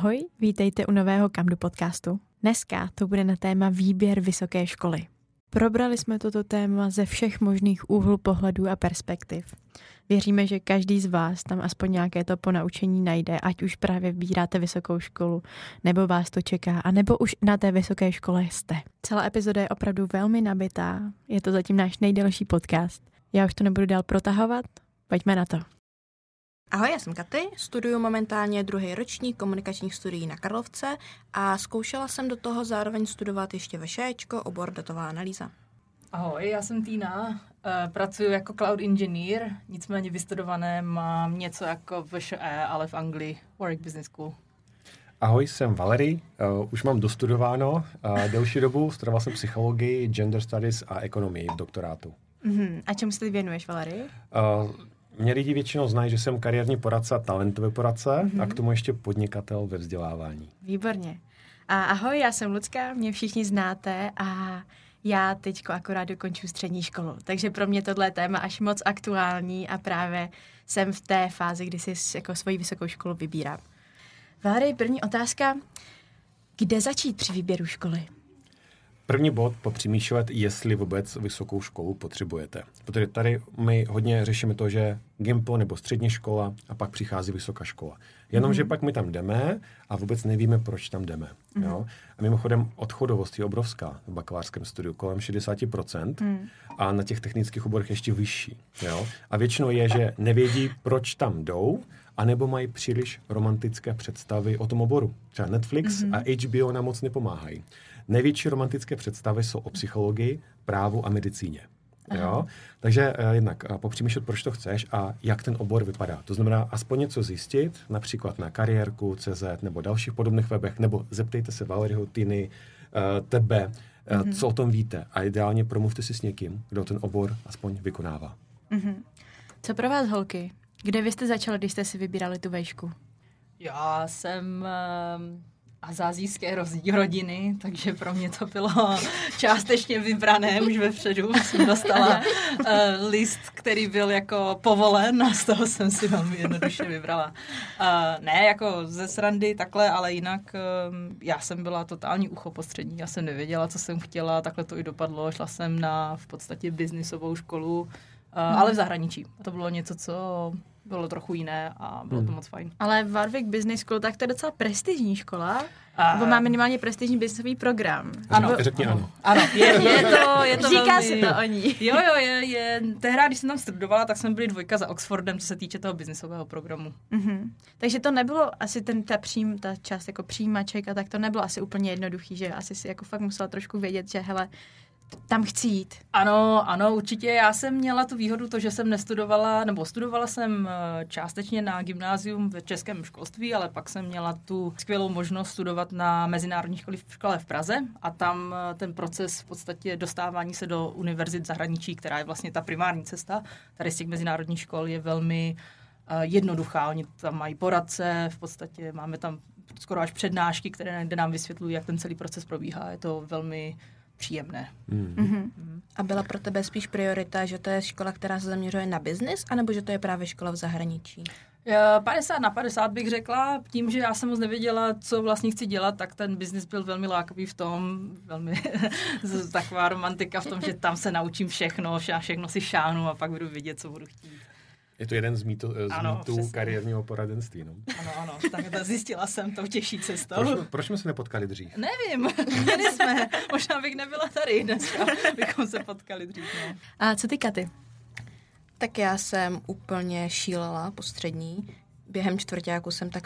Ahoj, vítejte u nového Kamdu podcastu. Dneska to bude na téma výběr vysoké školy. Probrali jsme toto téma ze všech možných úhlů pohledů a perspektiv. Věříme, že každý z vás tam aspoň nějaké to ponaučení najde, ať už právě vybíráte vysokou školu, nebo vás to čeká, a nebo už na té vysoké škole jste. Celá epizoda je opravdu velmi nabitá, je to zatím náš nejdelší podcast. Já už to nebudu dál protahovat, pojďme na to. Ahoj, já jsem Katy, studuju momentálně 2. ročník komunikačních studií na Karlovce a zkoušela jsem do toho zároveň studovat ještě VŠEčko, obor datová analýza. Ahoj, já jsem Týna, pracuji jako cloud engineer, nicméně vystudované mám něco jako VŠE, ale v Anglii, Warwick Business School. Ahoj, jsem Valery, už mám dostudováno delší dobu, studoval jsem psychologii, gender studies a ekonomii v doktorátu. A čemu se ty věnuješ, Valery? Mě lidi většinou znají, že jsem kariérní poradce a talentový poradce a k tomu ještě podnikatel ve vzdělávání. Výborně. A ahoj, já jsem Lucka, mě všichni znáte a já teďko akorát dokončuji střední školu. Takže pro mě tohle je téma až moc aktuální a právě jsem v té fázi, kdy si jako svoji vysokou školu vybírám. Valery, první otázka. Kde začít při výběru školy? První bod popřemýšlet, jestli vůbec vysokou školu potřebujete. Protože tady my hodně řešíme to, že gimpo nebo střední škola a pak přichází vysoká škola. Jenomže pak my tam jdeme a vůbec nevíme, proč tam jdeme. Jo? A mimochodem odchodovost je obrovská v bakalářském studiu, kolem 60%, a na těch technických oborech ještě vyšší. Jo? A většinou je, že nevědí, proč tam jdou, anebo mají příliš romantické představy o tom oboru. Třeba Netflix a HBO nám moc nepomáhají. Největší romantické představy jsou o psychologii, právu a medicíně. Jo? Takže jednak popřemýšlet, proč to chceš a jak ten obor vypadá. To znamená aspoň něco zjistit, například na kariérku.cz nebo dalších podobných webech, nebo zeptejte se Valeryho, Tiny, tebe, co o tom víte. A ideálně promluvte si s někým, kdo ten obor aspoň vykonává. Co pro vás, holky? Kde vy jste začali, když jste si vybírali tu vejšku? Já jsem azázijské rodiny, takže pro mě to bylo částečně vybrané, už vepředu jsem dostala list, který byl jako povolen a z toho jsem si velmi jednoduše vybrala. Ne jako ze srandy takhle, ale jinak já jsem byla totální ucho postřední, já jsem nevěděla, co jsem chtěla, takhle to i dopadlo, šla jsem na v podstatě biznisovou školu, ale v zahraničí. A to bylo něco, co bylo trochu jiné a bylo to moc fajn. Ale Warwick Business School, tak to je docela prestižní škola, nebo má minimálně prestižní businessový program. Ano, řekni ano. Ano, je to říká velmi... se to o ní. Jo, je. Tehdy, když jsem tam studovala, tak jsme byli 2 za Oxfordem, co se týče toho businessového programu. Takže to nebylo asi ta část jako přijímaček a tak to nebylo asi úplně jednoduchý, že asi si jako fakt musela trošku vědět, že hele, tam chci jít. Ano, určitě. Já jsem měla tu výhodu to, že jsem nestudovala, nebo studovala jsem částečně na gymnázium v českém školství, ale pak jsem měla tu skvělou možnost studovat na mezinárodní škole v Praze a tam ten proces v podstatě dostávání se do univerzit zahraničí, která je vlastně ta primární cesta, tady z těch mezinárodních škol je velmi jednoduchá. Oni tam mají poradce, v podstatě máme tam skoro až přednášky, kde nám vysvětlují, jak ten celý proces probíhá. Je to velmi příjemné. A byla pro tebe spíš priorita, že to je škola, která se zaměřuje na biznis, anebo že to je právě škola v zahraničí? 50/50 bych řekla. Tím, že já jsem moc nevěděla, co vlastně chci dělat, tak ten biznis byl velmi lákavý v tom, velmi taková romantika v tom, že tam se naučím všechno si šáhnu a pak budu vědět, co budu chtít. Je to jeden z mýtů kariérního poradenství. No? Ano, tak zjistila jsem tou těžší cestou. Proč jsme se nepotkali dřív? Nevím, měli jsme. Možná bych nebyla tady dneska, bychom se potkali dřív. No. A co ty, Katy? Tak já jsem úplně šílela po střední. Během čtvrťáku jsem tak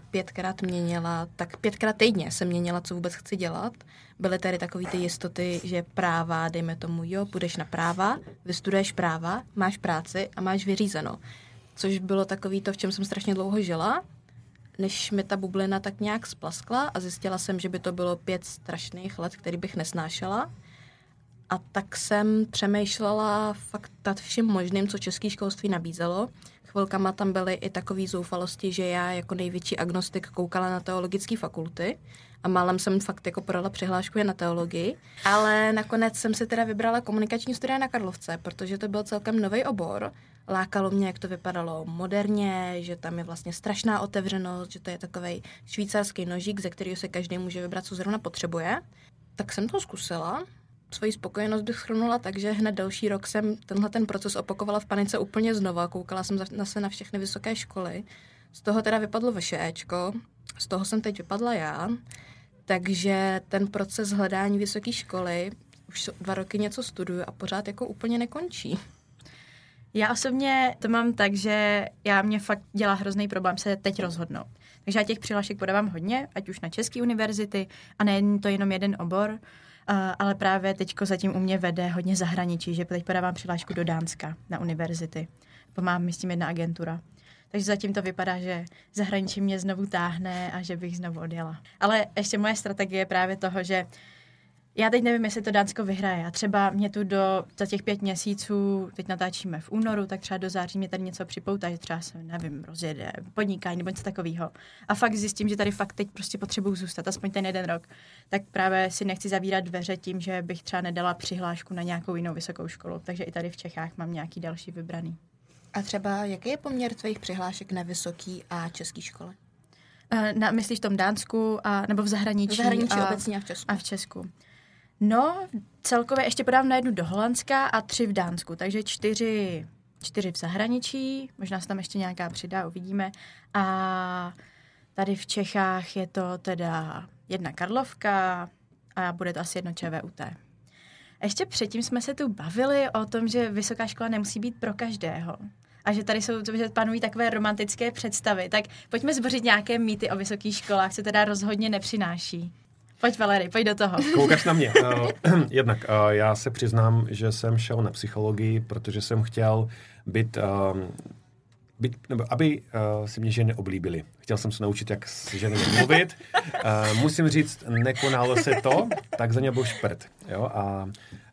5krát týdně jsem měnila, co vůbec chci dělat. Byly tady takový ty jistoty, že práva, dejme tomu, půjdeš na práva, vystuduješ práva, máš práci a máš vyřízeno. Což bylo takový to, v čem jsem strašně dlouho žila, než mi ta bublina tak nějak splaskla a zjistila jsem, že by to bylo 5 strašných let, který bych nesnášela. A tak jsem přemýšlela fakt nad vším možným, co české školství nabízelo. Chvilkama tam byly i takové zoufalosti, že já jako největší agnostik koukala na teologické fakulty a málem jsem fakt jako podala přihlášku na teologii. Ale nakonec jsem si teda vybrala komunikační studia na Karlovce, protože to byl celkem nový obor Lákalo mě, jak to vypadalo moderně, že tam je vlastně strašná otevřenost, že to je takovej švýcarský nožík, ze kterého se každý může vybrat, co zrovna potřebuje. Tak jsem to zkusila. Svoji spokojenost bych shrnula, takže hned další rok jsem ten proces opakovala v panice úplně znova. Koukala jsem zase na všechny vysoké školy. Z toho teda vypadlo VŠEčko, z toho jsem teď vypadla já. Takže ten proces hledání vysoké školy, už 2 roky něco studuju a pořád jako úplně nekončí. Já osobně to mám tak, že mě fakt dělá hrozný problém se teď rozhodnout. Takže já těch přihlášek podávám hodně, ať už na české univerzity, a není to jenom jeden obor, ale právě teďko zatím u mě vede hodně zahraničí, že teď podávám přihlášku do Dánska na univerzity. Pomáhá mi s tím jedna agentura. Takže zatím to vypadá, že zahraničí mě znovu táhne a že bych znovu odjela. Ale ještě moje strategie je právě toho, že já teď nevím, jestli to Dánsko vyhraje. A třeba mě tu za těch 5 měsíců, teď natáčíme v únoru, tak třeba do září mě tady něco připoutá, že třeba se, nevím, rozjede podnikání nebo něco takového. A fakt zjistím, že tady fakt teď prostě potřebuji zůstat, aspoň ten 1 rok. Tak právě si nechci zavírat dveře tím, že bych třeba nedala přihlášku na nějakou jinou vysokou školu. Takže i tady v Čechách mám nějaký další vybraný. A třeba jaký je poměr tvých přihlášek na vysoký a český školy? Myslíš v tom Dánsku nebo v zahraničí? V zahraničí obecně a v Česku. A v Česku. No, celkově ještě podám na 1 do Holandska a 3 v Dánsku, takže 4 v zahraničí, možná se tam ještě nějaká přidá, uvidíme. A tady v Čechách je to teda 1 Karlovka a bude to asi 1 ČVUT. Ještě předtím jsme se tu bavili o tom, že vysoká škola nemusí být pro každého. A že tady že panují takové romantické představy. Tak pojďme zbořit nějaké mýty o vysokých školách, co teda rozhodně nepřináší. Pojď, Valery, pojď do toho. Koukáš na mě. Jednak, já se přiznám, že jsem šel na psychologii, protože jsem chtěl aby si mě ženy oblíbily. Chtěl jsem se naučit, jak s ženami mluvit. Musím říct, nekonalo se to, tak za ně byl šprt. Jo? A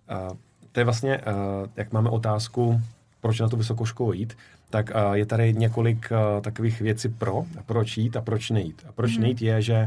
to je vlastně, jak máme otázku, proč na tu vysokou školu jít, tak je tady několik takových věcí proč jít a proč nejít. A proč nejít je, že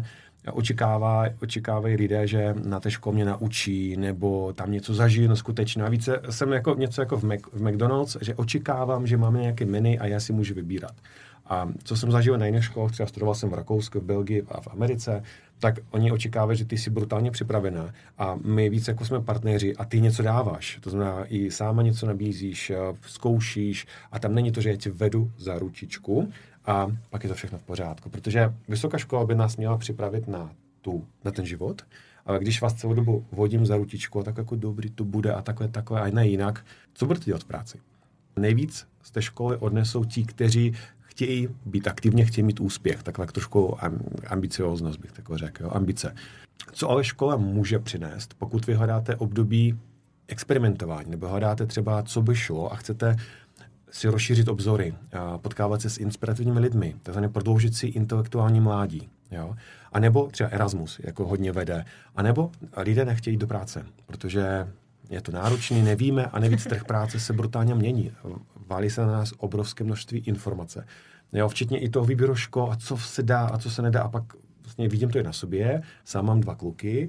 očekávají lidé, že na té škole mě naučí, nebo tam něco zažiju neskutečné. A více jsem něco jako v McDonald's, že očekávám, že máme nějaké menu a já si můžu vybírat. A co jsem zažil na jiných školách, třeba studoval jsem v Rakousku, v Belgii a v Americe, tak oni očekávají, že ty jsi brutálně připravená a my víc jako jsme partneři a ty něco dáváš. To znamená, i sáma něco nabízíš, zkoušíš a tam není to, že já tě vedu za ručičku a pak je to všechno v pořádku. Protože vysoká škola by nás měla připravit na ten život, ale když vás celou dobu vodím za ručičku a tak jako dobrý to bude a takhle a ne jinak, co budete dělat v práci? Nejvíc z té školy odnesou ti, kteří chtějí být aktivně, chtějí mít úspěch, takhle trošku ambicioznost bych takhle řekl, jo, ambice. Co ale škola může přinést, pokud vy hledáte období experimentování, nebo hledáte třeba, co by šlo a chcete si rozšířit obzory, potkávat se s inspirativními lidmi, takzvaně prodloužit si intelektuální mládí, jo? A nebo třeba Erasmus, jako hodně vede, a nebo lidé nechtějí jít do práce, protože je to náročný, nevíme a nevíc trh práce se brutálně mění. Válí se na nás obrovské množství informace. Jo, včetně i toho výběru škol a co se dá a co se nedá. A pak vlastně vidím to i na sobě. Sám mám 2 kluky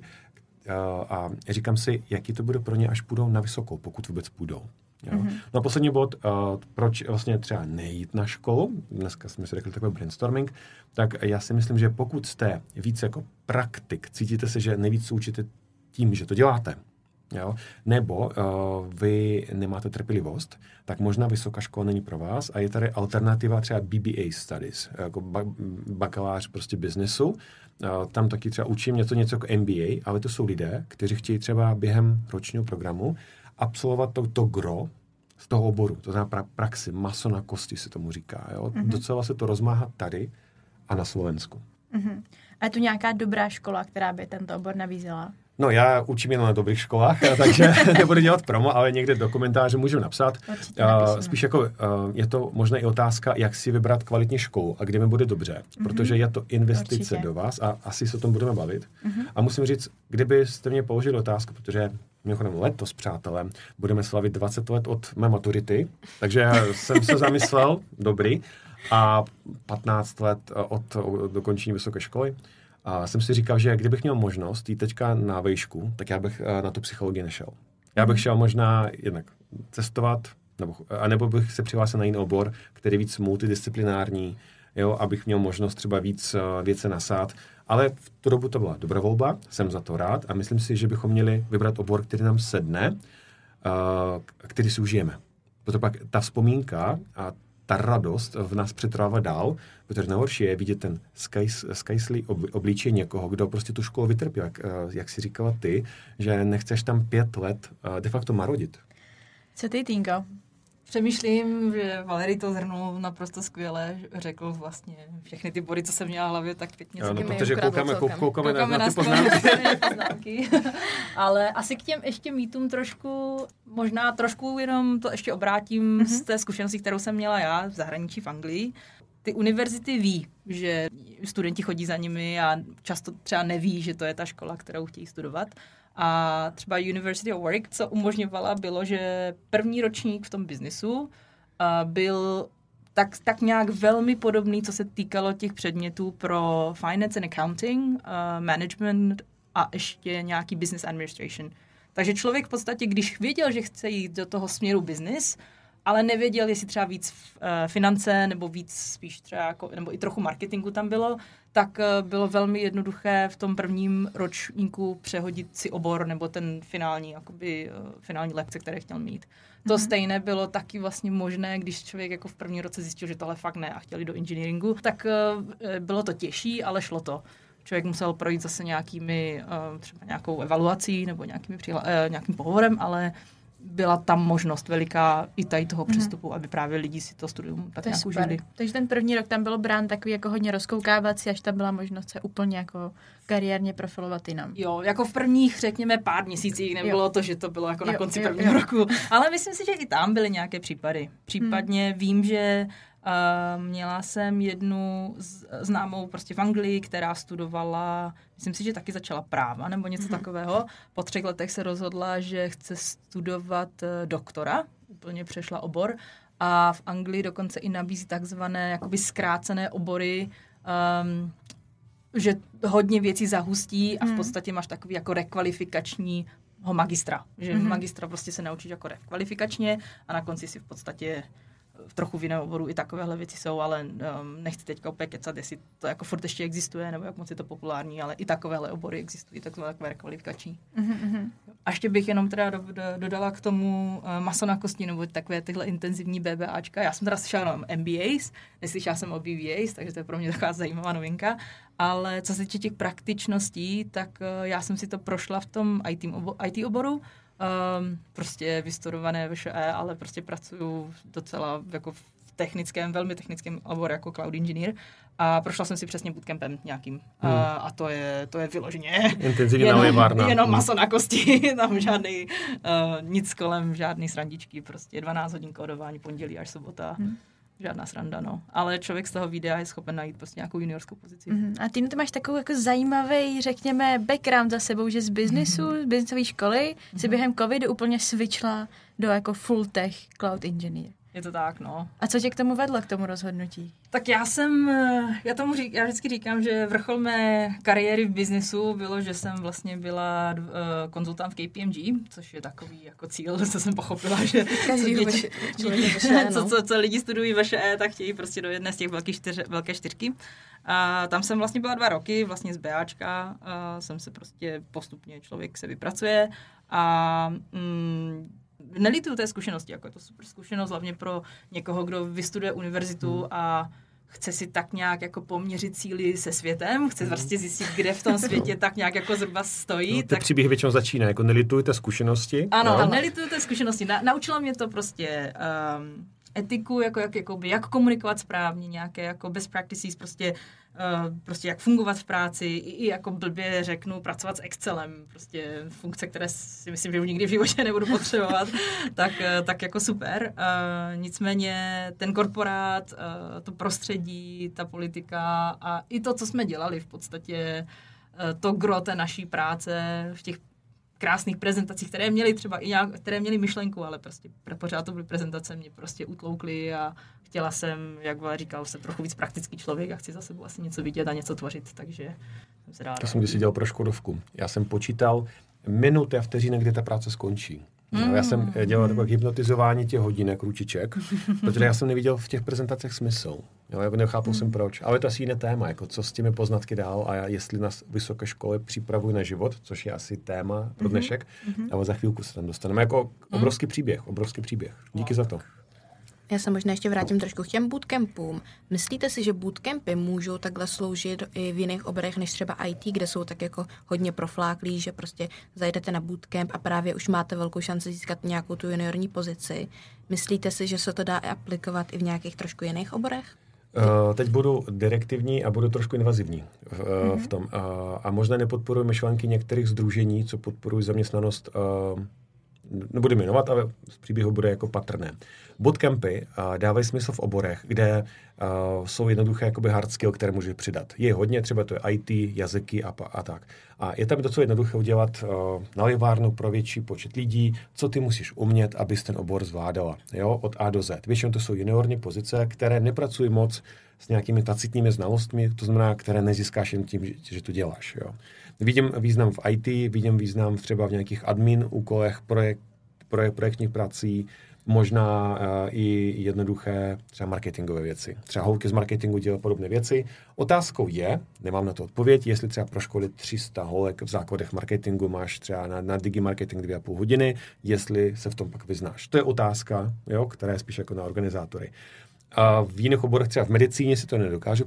a říkám si, jaký to bude pro ně, až půjdou na vysokou, pokud vůbec půjdou. Jo. No a poslední bod, proč vlastně třeba nejít na školu, dneska jsme si řekli takový brainstorming, tak já si myslím, že pokud jste víc jako praktik, cítíte se, že nejvíc učíte tím, že to děláte, jo? Nebo vy nemáte trpělivost, tak možná vysoká škola není pro vás a je tady alternativa třeba BBA Studies, jako bakalář prostě biznesu. Tam taky třeba učím něco jako MBA, ale to jsou lidé, kteří chtějí třeba během ročního programu absolvovat to gro z toho oboru, to znamená praxi, maso na kosti se tomu říká. Jo? Docela se to rozmáhá tady a na Slovensku. A je tu nějaká dobrá škola, která by tento obor nabízela? No, já učím jenom na dobrých školách, takže nebudu dělat promo, ale někde do komentáře můžu napsat. Spíš jako je to možná i otázka, jak si vybrat kvalitní školu a kde mi bude dobře, protože je to investice do vás a asi se o tom budeme bavit. A musím říct, kdybyste mě položili otázku, protože mimochodem letos, přátelé, budeme slavit 20 let od mé maturity, takže jsem se zamyslel, dobrý, a 15 let od dokončení vysoké školy. A jsem si říkal, že kdybych měl možnost jít teďka na vejšku, tak já bych na tu psychologii nešel. Já bych šel možná jednak cestovat, anebo bych se přihlásil na jiný obor, který je víc multidisciplinární, jo, abych měl možnost třeba víc věce nasát. Ale v tu dobu to byla dobrá volba, jsem za to rád a myslím si, že bychom měli vybrat obor, který nám sedne, který si užijeme. Protože pak ta vzpomínka a ta radost v nás přetrvává dál, protože nejhorší je vidět ten skajslý obličej někoho, kdo prostě tu školu vytrpěl, jak si říkala ty, že nechceš tam 5 let de facto marodit. Co ty, Týnko? Přemýšlím, že Valery to zhrnul naprosto skvěle, řekl vlastně všechny ty body, co jsem měla v hlavě, tak pěkně se protože koukáme na ty poznámky. Ale asi k těm ještě mýtům možná trošku jenom to ještě obrátím z té zkušenosti, kterou jsem měla já v zahraničí v Anglii. Ty univerzity ví, že studenti chodí za nimi a často třeba neví, že to je ta škola, kterou chtějí studovat. A třeba University of Warwick, co umožňovala, bylo, že první ročník v tom biznisu byl tak nějak velmi podobný, co se týkalo těch předmětů pro finance and accounting, management a ještě nějaký business administration. Takže člověk v podstatě, když věděl, že chce jít do toho směru business, ale nevěděl, jestli třeba víc finance nebo víc spíš třeba nebo i trochu marketingu tam bylo, tak bylo velmi jednoduché v tom prvním ročníku přehodit si obor nebo ten finální lekce, které chtěl mít. To stejné bylo taky vlastně možné, když člověk jako v první roce zjistil, že tohle fakt ne a chtěl jít do engineeringu, tak bylo to těžší, ale šlo to. Člověk musel projít zase třeba nějakou evaluací nebo nějakým pohovorem, ale byla tam možnost veliká i tady toho přestupu, aby právě lidi si to studium tak nějak užili. Takže ten první rok tam bylo brán takový jako hodně rozkoukávací, až tam byla možnost se úplně jako kariérně profilovat jinam. Jo, jako v prvních, řekněme, pár měsících nebylo to, že to bylo jako na konci prvního roku. Ale myslím si, že i tam byly nějaké případy. Případně vím, že měla jsem jednu známou prostě v Anglii, která studovala, myslím si, že taky začala práva nebo něco takového. Po 3 letech se rozhodla, že chce studovat doktora, úplně přešla obor a v Anglii dokonce i nabízí takzvané jakoby zkrácené obory, že hodně věcí zahustí a v podstatě máš takový jako rekvalifikačního magistra. Že magistra prostě se naučíš jako rekvalifikačně a na konci si v podstatě v trochu v jiném oboru i takovéhle věci jsou, ale nechci teďka opět kecat, jestli to jako furt ještě existuje, nebo jak moc je to populární, ale i takovéhle obory existují, takové rekvalifikační. A ještě bych jenom teda dodala k tomu maso na kosti, nebo takové tyhle intenzivní BBAčka. Já jsem teda slyšela o MBAs, neslyšela jsem o BBAs, takže to je pro mě taková zajímavá novinka. Ale co se týče těch praktičností, tak já jsem si to prošla v tom IT oboru, prostě vystudované VŠE, ale prostě pracuju docela jako v velmi technickém oboru jako cloud engineer a prošla jsem si přesně bootcampem nějakým. A to je vyloženě jenom maso na kosti, tam žádný nic kolem, žádný srandičky, prostě 12 hodin kódování, pondělí až sobota. Žádná sranda, no. Ale člověk z toho videa je schopen najít prostě nějakou juniorskou pozici. A ty máš takovou jako zajímavý, řekněme, background za sebou, že z biznesu, z biznesové školy si během covidu úplně switchla do jako full tech cloud engineer. Je to tak, no. A co tě k tomu vedlo, k tomu rozhodnutí? Tak já vždycky říkám, že vrchol mé kariéry v biznesu bylo, že jsem vlastně byla konzultant v KPMG, což je takový jako cíl, co jsem pochopila, že co lidi studují VŠE, tak chtějí prostě do jedné z těch velké čtyřky. A tam jsem vlastně byla 2 roky, vlastně z BAčka, jsem se prostě postupně člověk se vypracuje a nelituju té zkušenosti, jako je to super zkušenost, hlavně pro někoho, kdo vystuduje univerzitu a chce si tak nějak jako poměřit síly se světem, chce vlastně zjistit, kde v tom světě tak nějak jako zhruba stojí. Ty příběhy většinou začíná, jako nelitujte zkušenosti. Ano, nelitujte zkušenosti. Naučilo mě to prostě etiku, jak komunikovat správně, nějaké jako best practices, prostě jak fungovat v práci, i jako blbě řeknu, pracovat s Excelem, prostě funkce, které si myslím, že už nikdy v životě nebudu potřebovat, tak jako super. Nicméně ten korporát, to prostředí, ta politika a i to, co jsme dělali v podstatě, to gro té naší práce v těch krásných prezentacích, které měly třeba které měly myšlenku, ale prostě pořád to byly prezentace, mě prostě utloukly a chtěla jsem, jak Vale říkal, jsem trochu víc praktický člověk a chci za sebou asi něco vidět a něco tvořit, takže jsem se rád. To jsem kdysi dělal pro Škodovku. Já jsem počítal minuty a vteřiny, kdy ta práce skončí. Já jsem dělal takové hypnotizování těch hodinek, ručiček, protože já jsem neviděl v těch prezentacích smysl. Jo, já nechápal jsem proč. Ale to je asi jiné téma, jako co s těmi poznatky dál a jestli nás vysoké školy připravují na život, což je asi téma pro dnešek, ale za chvílku se tam dostaneme. Jako obrovský příběh. Díky za to. Já se možná ještě vrátím trošku k těm bootcampům. Myslíte si, že bootcampy můžou takhle sloužit i v jiných oborech než třeba IT, kde jsou tak jako hodně profláklí, že prostě zajdete na bootcamp a právě už máte velkou šanci získat nějakou tu juniorní pozici. Myslíte si, že se to dá aplikovat i v nějakých trošku jiných oborech? Teď budu direktivní a budu trošku invazivní v tom. A možná nepodporuji myšlenky některých sdružení, co podporují zaměstnanost, nebudu jmenovat, ale z příběhu bude jako patrné. Bootcampy dávají smysl v oborech, kde jsou jednoduché jakoby hard skill, které může přidat. Je hodně, třeba to je IT, jazyky a tak. A je tam docela jednoduché udělat na livárnu pro větší počet lidí, co ty musíš umět, abys ten obor zvládala. Jo? Od A do Z. Většinou to jsou juniorní pozice, které nepracují moc s nějakými tacitními znalostmi, to znamená, které nezískáš jen tím, že to děláš. Jo? Vidím význam v IT, vidím význam třeba v nějakých admin úkolech, projektních prací, možná i jednoduché třeba marketingové věci. Třeba holky z marketingu dělají podobné věci. Otázkou je, nemám na to odpověď, jestli třeba pro školy 300 holek v základech marketingu máš třeba na digimarketing 2,5 hodiny, jestli se v tom pak vyznáš. To je otázka, jo, která je spíš jako na organizátory. A v jiných oborech, třeba v medicíně si to nedokážu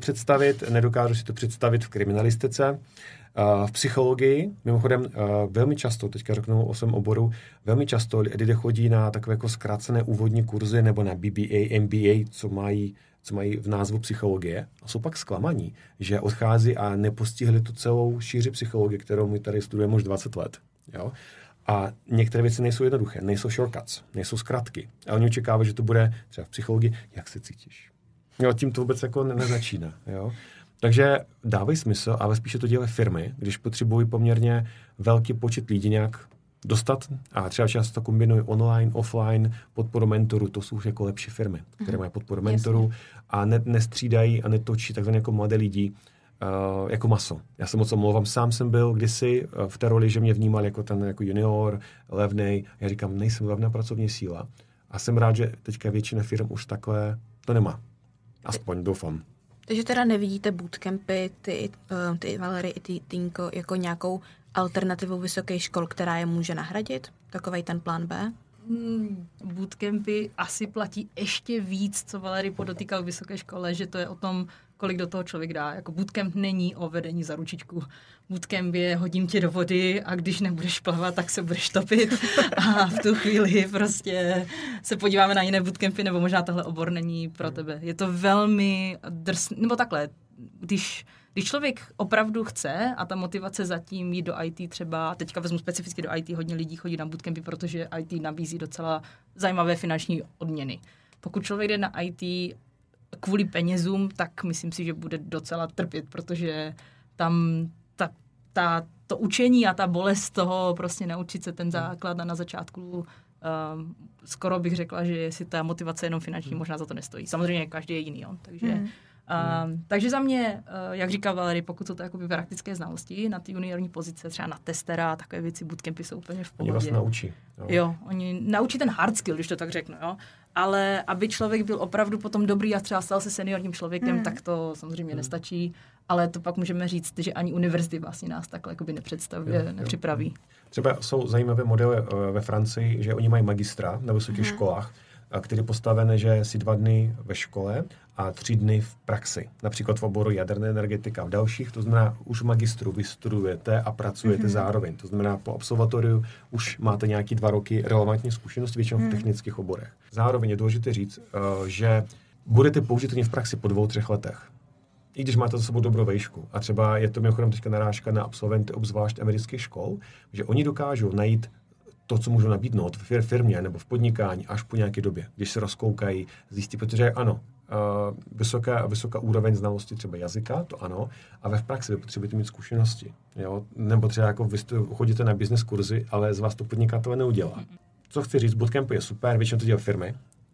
si to představit v kriminalistice, v psychologii, mimochodem velmi často, teďka řeknu o svém oboru, velmi často lidé chodí na takové jako zkrácené úvodní kurzy nebo na BBA, MBA, co mají v názvu psychologie a jsou pak zklamaní, že odchází a nepostihli tu celou šíři psychologie, kterou my tady studujeme už 20 let. Jo? A některé věci nejsou jednoduché, nejsou shortcuts, nejsou zkratky. A oni očekávají, že to bude třeba v psychologii, jak se cítíš. Jo, tím to vůbec jako nezačíná. Jo? Takže dávají smysl, ale spíše to dělají firmy, když potřebují poměrně velký počet lidí nějak dostat a třeba často kombinují online, offline, podporu mentorů, to jsou už jako lepší firmy, které mají podporu mentorů a nestřídají a netočí takzvané jako mladé lidi jako maso. Já se moc omlouvám, sám jsem byl kdysi v té roli, že mě vnímal jako ten jako junior, levnej. Já říkám, nejsem levná pracovní síla a jsem rád, že teďka většina firm už takhle to nemá. Aspoň doufám. Takže teda nevidíte bootcampy, ty Valery i ty Tinko, jako nějakou alternativu vysoké škol, která je může nahradit? Takovej ten plán B? Bootcampy asi platí ještě víc, co Valery podotýkal v vysoké škole, že to je o tom, kolik do toho člověk dá. Jako bootcamp není o vedení za ručičku. Bootcamp je hodím tě do vody a když nebudeš plavat, tak se budeš topit. A v tu chvíli prostě se podíváme na jiné bootcampy, nebo možná tohle obor není pro tebe. Je to velmi nebo takhle, když člověk opravdu chce a ta motivace zatím jít do IT třeba, teďka vezmu specificky do IT, hodně lidí chodí na bootcampy, protože IT nabízí docela zajímavé finanční odměny. Pokud člověk jde na IT kvůli penězům, tak myslím si, že bude docela trpět, protože tam to učení a ta bolest toho prostě naučit se ten základ a na začátku skoro bych řekla, že jestli ta motivace jenom finanční, možná za to nestojí. Samozřejmě každý je jiný, jo. Takže za mě, jak říkal Valery, pokud jsou to jakoby praktické znalosti na ty juniorní pozice, třeba na testera, takové věci, bootcampy jsou úplně v pohodě. Oni vás naučí. Jo, oni naučí ten hard skill, když to tak řeknu, jo. Ale aby člověk byl opravdu potom dobrý a třeba stal se seniorním člověkem, tak to samozřejmě nestačí. Ale to pak můžeme říct, že ani univerzity vlastně nás takhle nepřipraví. Třeba jsou zajímavé modely ve Francii, že oni mají magistra na vysokých školách, který je postavené, že si 2 dny ve škole a 3 dny v praxi. Například v oboru jaderné energetika a v dalších. To znamená, už v magistru vystudujete a pracujete zároveň. To znamená, po absolutoriu už máte nějaký 2 roky relevantní zkušenosti, většinou v technických oborech. Zároveň je důležité říct, že budete použitelní v praxi po 2-3 letech. I když máte za sebou dobrou vejšku. A třeba je to mimochodem teďka narážka na absolventy obzvlášť amerických škol, že oni dokážou najít to, co můžou nabídnout v firmě nebo v podnikání až po nějaké době, když se rozkoukají, zjistí, protože ano, vysoká úroveň znalosti třeba jazyka, to ano, a ve praxi vy potřebujete mít zkušenosti. Jo? Nebo třeba jako vy chodíte na business kurzy, ale z vás to podnikatel neudělá. Co chci říct, bootcampy je super, většinou to dělají firmy,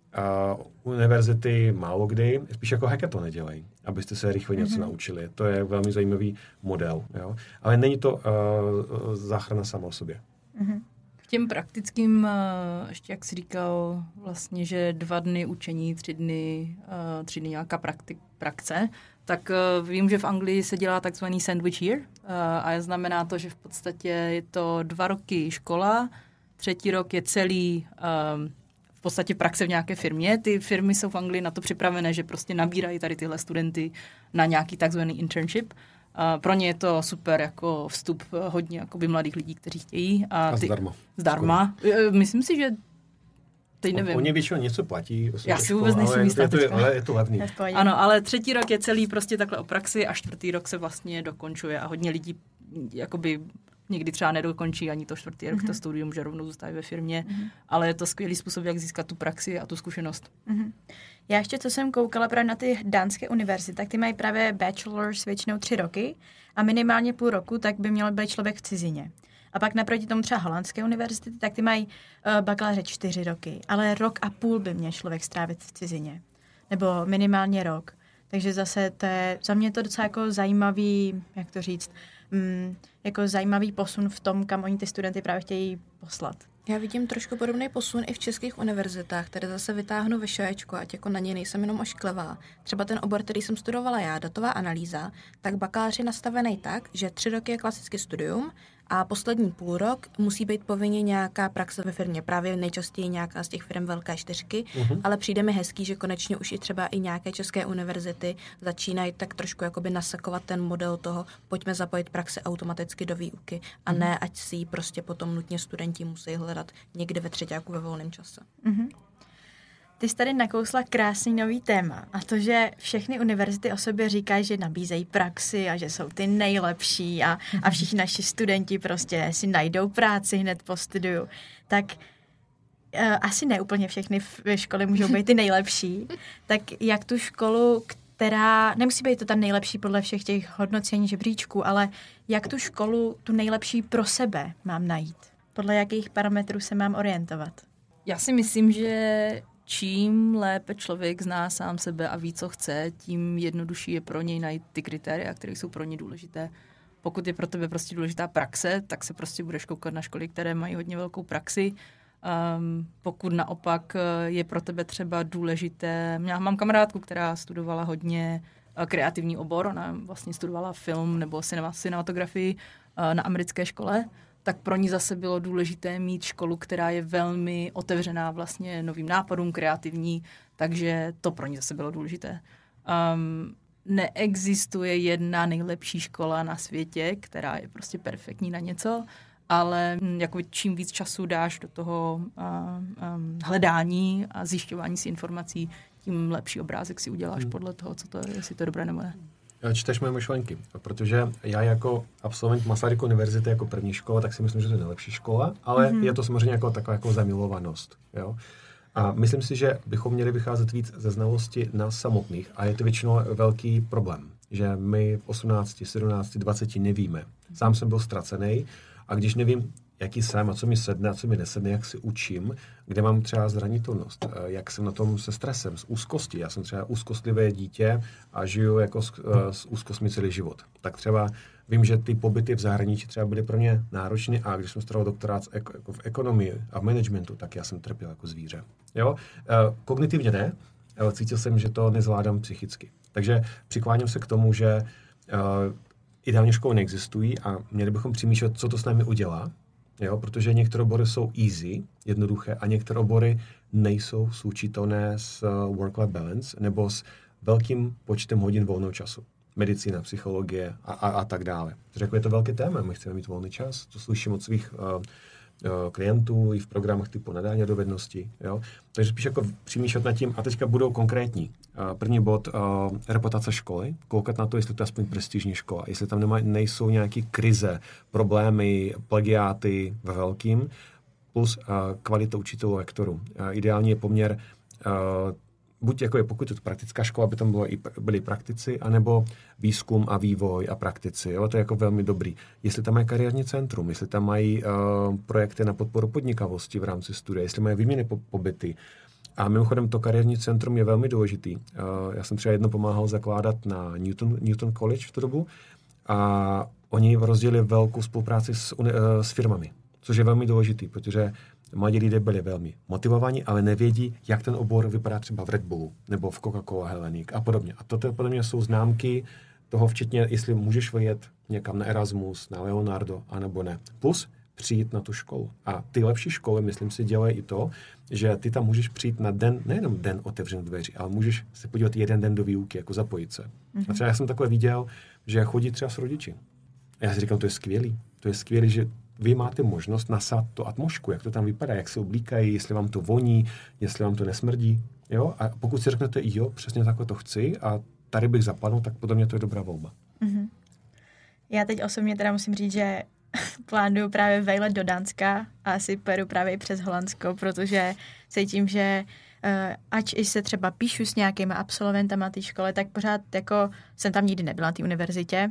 univerzity málo kdy, spíš jako hackathon nedělají, abyste se rychle něco naučili. To je velmi zajímavý model. Jo? Ale není to záchrana sama o sobě. K těm praktickým, ještě jak jsi říkal, vlastně, že 2 dny učení, 3 dny nějaká praxe, tak vím, že v Anglii se dělá takzvaný sandwich year a znamená to, že v podstatě je to 2 roky škola, 3. rok je celý v podstatě praxe v nějaké firmě. Ty firmy jsou v Anglii na to připravené, že prostě nabírají tady tyhle studenty na nějaký takzvaný internship. Pro ně je to super jako vstup hodně jakoby mladých lidí, kteří chtějí. A zdarma. Zdarma. Myslím si, že teď nevím. Oni většinou něco platí. Já si vůbec nejsem jistá. Ale je to levný. Ano, ale 3. rok je celý prostě takhle o praxi a 4. rok se vlastně dokončuje a hodně lidí jakoby někdy třeba nedokončí ani to 4. rok to studium, že rovnou zůstaví ve firmě, ale je to skvělý způsob, jak získat tu praxi a tu zkušenost. Já ještě, co jsem koukala právě na ty dánské univerzity, tak ty mají právě bachelors většinou 3 roky a minimálně půl roku, tak by měl být člověk v cizině. A pak naproti tomu třeba holandské univerzity, tak ty mají bakaláře 4 roky, ale 1,5 roku by měl člověk strávit v cizině. Nebo minimálně rok. Takže zase to je, za mě to docela jako zajímavý, jak to říct, jako zajímavý posun v tom, kam oni ty studenty právě chtějí poslat. Já vidím trošku podobný posun i v českých univerzitách, které zase vytáhnu VŠEčko, ať jako na něj nejsem jenom ošklivá. Třeba ten obor, který jsem studovala já, datová analýza, tak bakalář je nastavený tak, že 3 roky je klasický studium a poslední půl rok musí být povinně nějaká praxe ve firmě. Právě nejčastěji nějaká z těch firm velké 4, ale přijde mi hezký, že konečně už i třeba i nějaké české univerzity začínají tak trošku jakoby nasakovat ten model toho, pojďme zapojit praxi automaticky do výuky a ne, ať si ji prostě potom nutně studenti musí hledat někde ve třeťáku ve volném čase. Ty jsi tady nakousla krásný nový téma a to, že všechny univerzity o sobě říkají, že nabízejí praxi a že jsou ty nejlepší a všichni naši studenti prostě si najdou práci hned po studiu. Tak asi ne úplně všechny školy můžou být ty nejlepší. Tak jak tu školu, která, nemusí být to ta nejlepší podle všech těch hodnocení žebříčků, ale jak tu školu, tu nejlepší pro sebe mám najít? Podle jakých parametrů se mám orientovat? Já si myslím, že čím lépe člověk zná sám sebe a ví, co chce, tím jednodušší je pro něj najít ty kritéria, které jsou pro ně důležité. Pokud je pro tebe prostě důležitá praxe, tak se prostě budeš koukat na školy, které mají hodně velkou praxi. Pokud naopak je pro tebe třeba důležité... Já mám kamarádku, která studovala hodně kreativní obor, ona vlastně studovala film nebo cinematografii na americké škole, tak pro ní zase bylo důležité mít školu, která je velmi otevřená vlastně novým nápadům, kreativní, takže to pro ní zase bylo důležité. Neexistuje jedna nejlepší škola na světě, která je prostě perfektní na něco, ale jako čím víc času dáš do toho hledání a zjišťování si informací, tím lepší obrázek si uděláš podle toho, co to je, jestli to je dobré nebo ne. Čteš moje myšlenky, protože já jako absolvent Masaryk univerzity jako první škola, tak si myslím, že to je nejlepší škola, ale je to samozřejmě jako taková jako zamilovanost. Jo? A myslím si, že bychom měli vycházet víc ze znalosti nás samotných a je to většinou velký problém, že my v 18, 17, 20 nevíme. Sám jsem byl ztracený a když nevím, jaký jsem a co mi sedne a co mi nesedne, jak si učím, kde mám třeba zranitelnost, jak jsem na tom se stresem, s úzkostí. Já jsem třeba úzkostlivé dítě a žiju jako s úzkostmi celý život. Tak třeba vím, že ty pobyty v zahraničí třeba byly pro mě náročné a když jsem studoval doktorát jako v ekonomii a v managementu, tak já jsem trpěl jako zvíře. Jo? Kognitivně ne, ale cítil jsem, že to nezvládám psychicky. Takže přikláním se k tomu, že ideální školy neexistují a měli bychom přemýšlet, co to s námi udělá. Jo, protože některé obory jsou easy, jednoduché, a některé obory nejsou slučitelné s work-life balance nebo s velkým počtem hodin volného času. Medicína, psychologie a tak dále. Řekl, je to velké téma, my chceme mít volný čas, to slyším od svých klientů i v programech typu nadání a dovednosti. Jo? Takže spíš jako přemýšlet nad tím, a teďka budou konkrétní. První bod, reputace školy, koukat na to, jestli to je aspoň prestižní škola, jestli tam nejsou nějaké krize, problémy, plagiáty ve velkým, plus kvalita učitelů a lektorů. Ideální je poměr buď jako je, pokud je to praktická škola, aby tam byli praktici, anebo výzkum a vývoj a praktici. Jo? To je jako velmi dobrý. Jestli tam mají kariérní centrum, jestli tam mají projekty na podporu podnikavosti v rámci studia, jestli mají výměny pobyty. A mimochodem to kariérní centrum je velmi důležitý. Já jsem třeba jedno pomáhal zakládat na Newton College v tu dobu a oni rozdělili velkou spolupráci s firmami, což je velmi důležitý, protože mladí lidé byli velmi motivovaní, ale nevědí, jak ten obor vypadá třeba v Red Bullu nebo v Coca-Cola Hellenic a podobně. A toto podle mě jsou známky toho, včetně, jestli můžeš vyjet někam na Erasmus, na Leonardo, anebo ne. Plus přijít na tu školu. A ty lepší školy, myslím si, dělají i to, že ty tam můžeš přijít na den, nejenom den otevřených dveří, ale můžeš se podívat jeden den do výuky, jako zapojit se. A třeba já jsem takhle viděl, že chodí třeba s rodiči. A já si říkám, to je skvělý, že vy máte možnost nasát tu atmosféru, jak to tam vypadá, jak se oblíkají, jestli vám to voní, jestli vám to nesmrdí. Jo? A pokud si řeknete, jo, přesně takhle to chci a tady bych zapadl, tak podle mě to je dobrá volba. Mm-hmm. Já teď osobně teda musím říct, že plánuju právě vejlet do Dánska a asi pojedu právě i přes Holandsko, protože cítím, že ač i se třeba píšu s nějakými absolventama té školy, tak pořád jako jsem tam nikdy nebyla na té univerzitě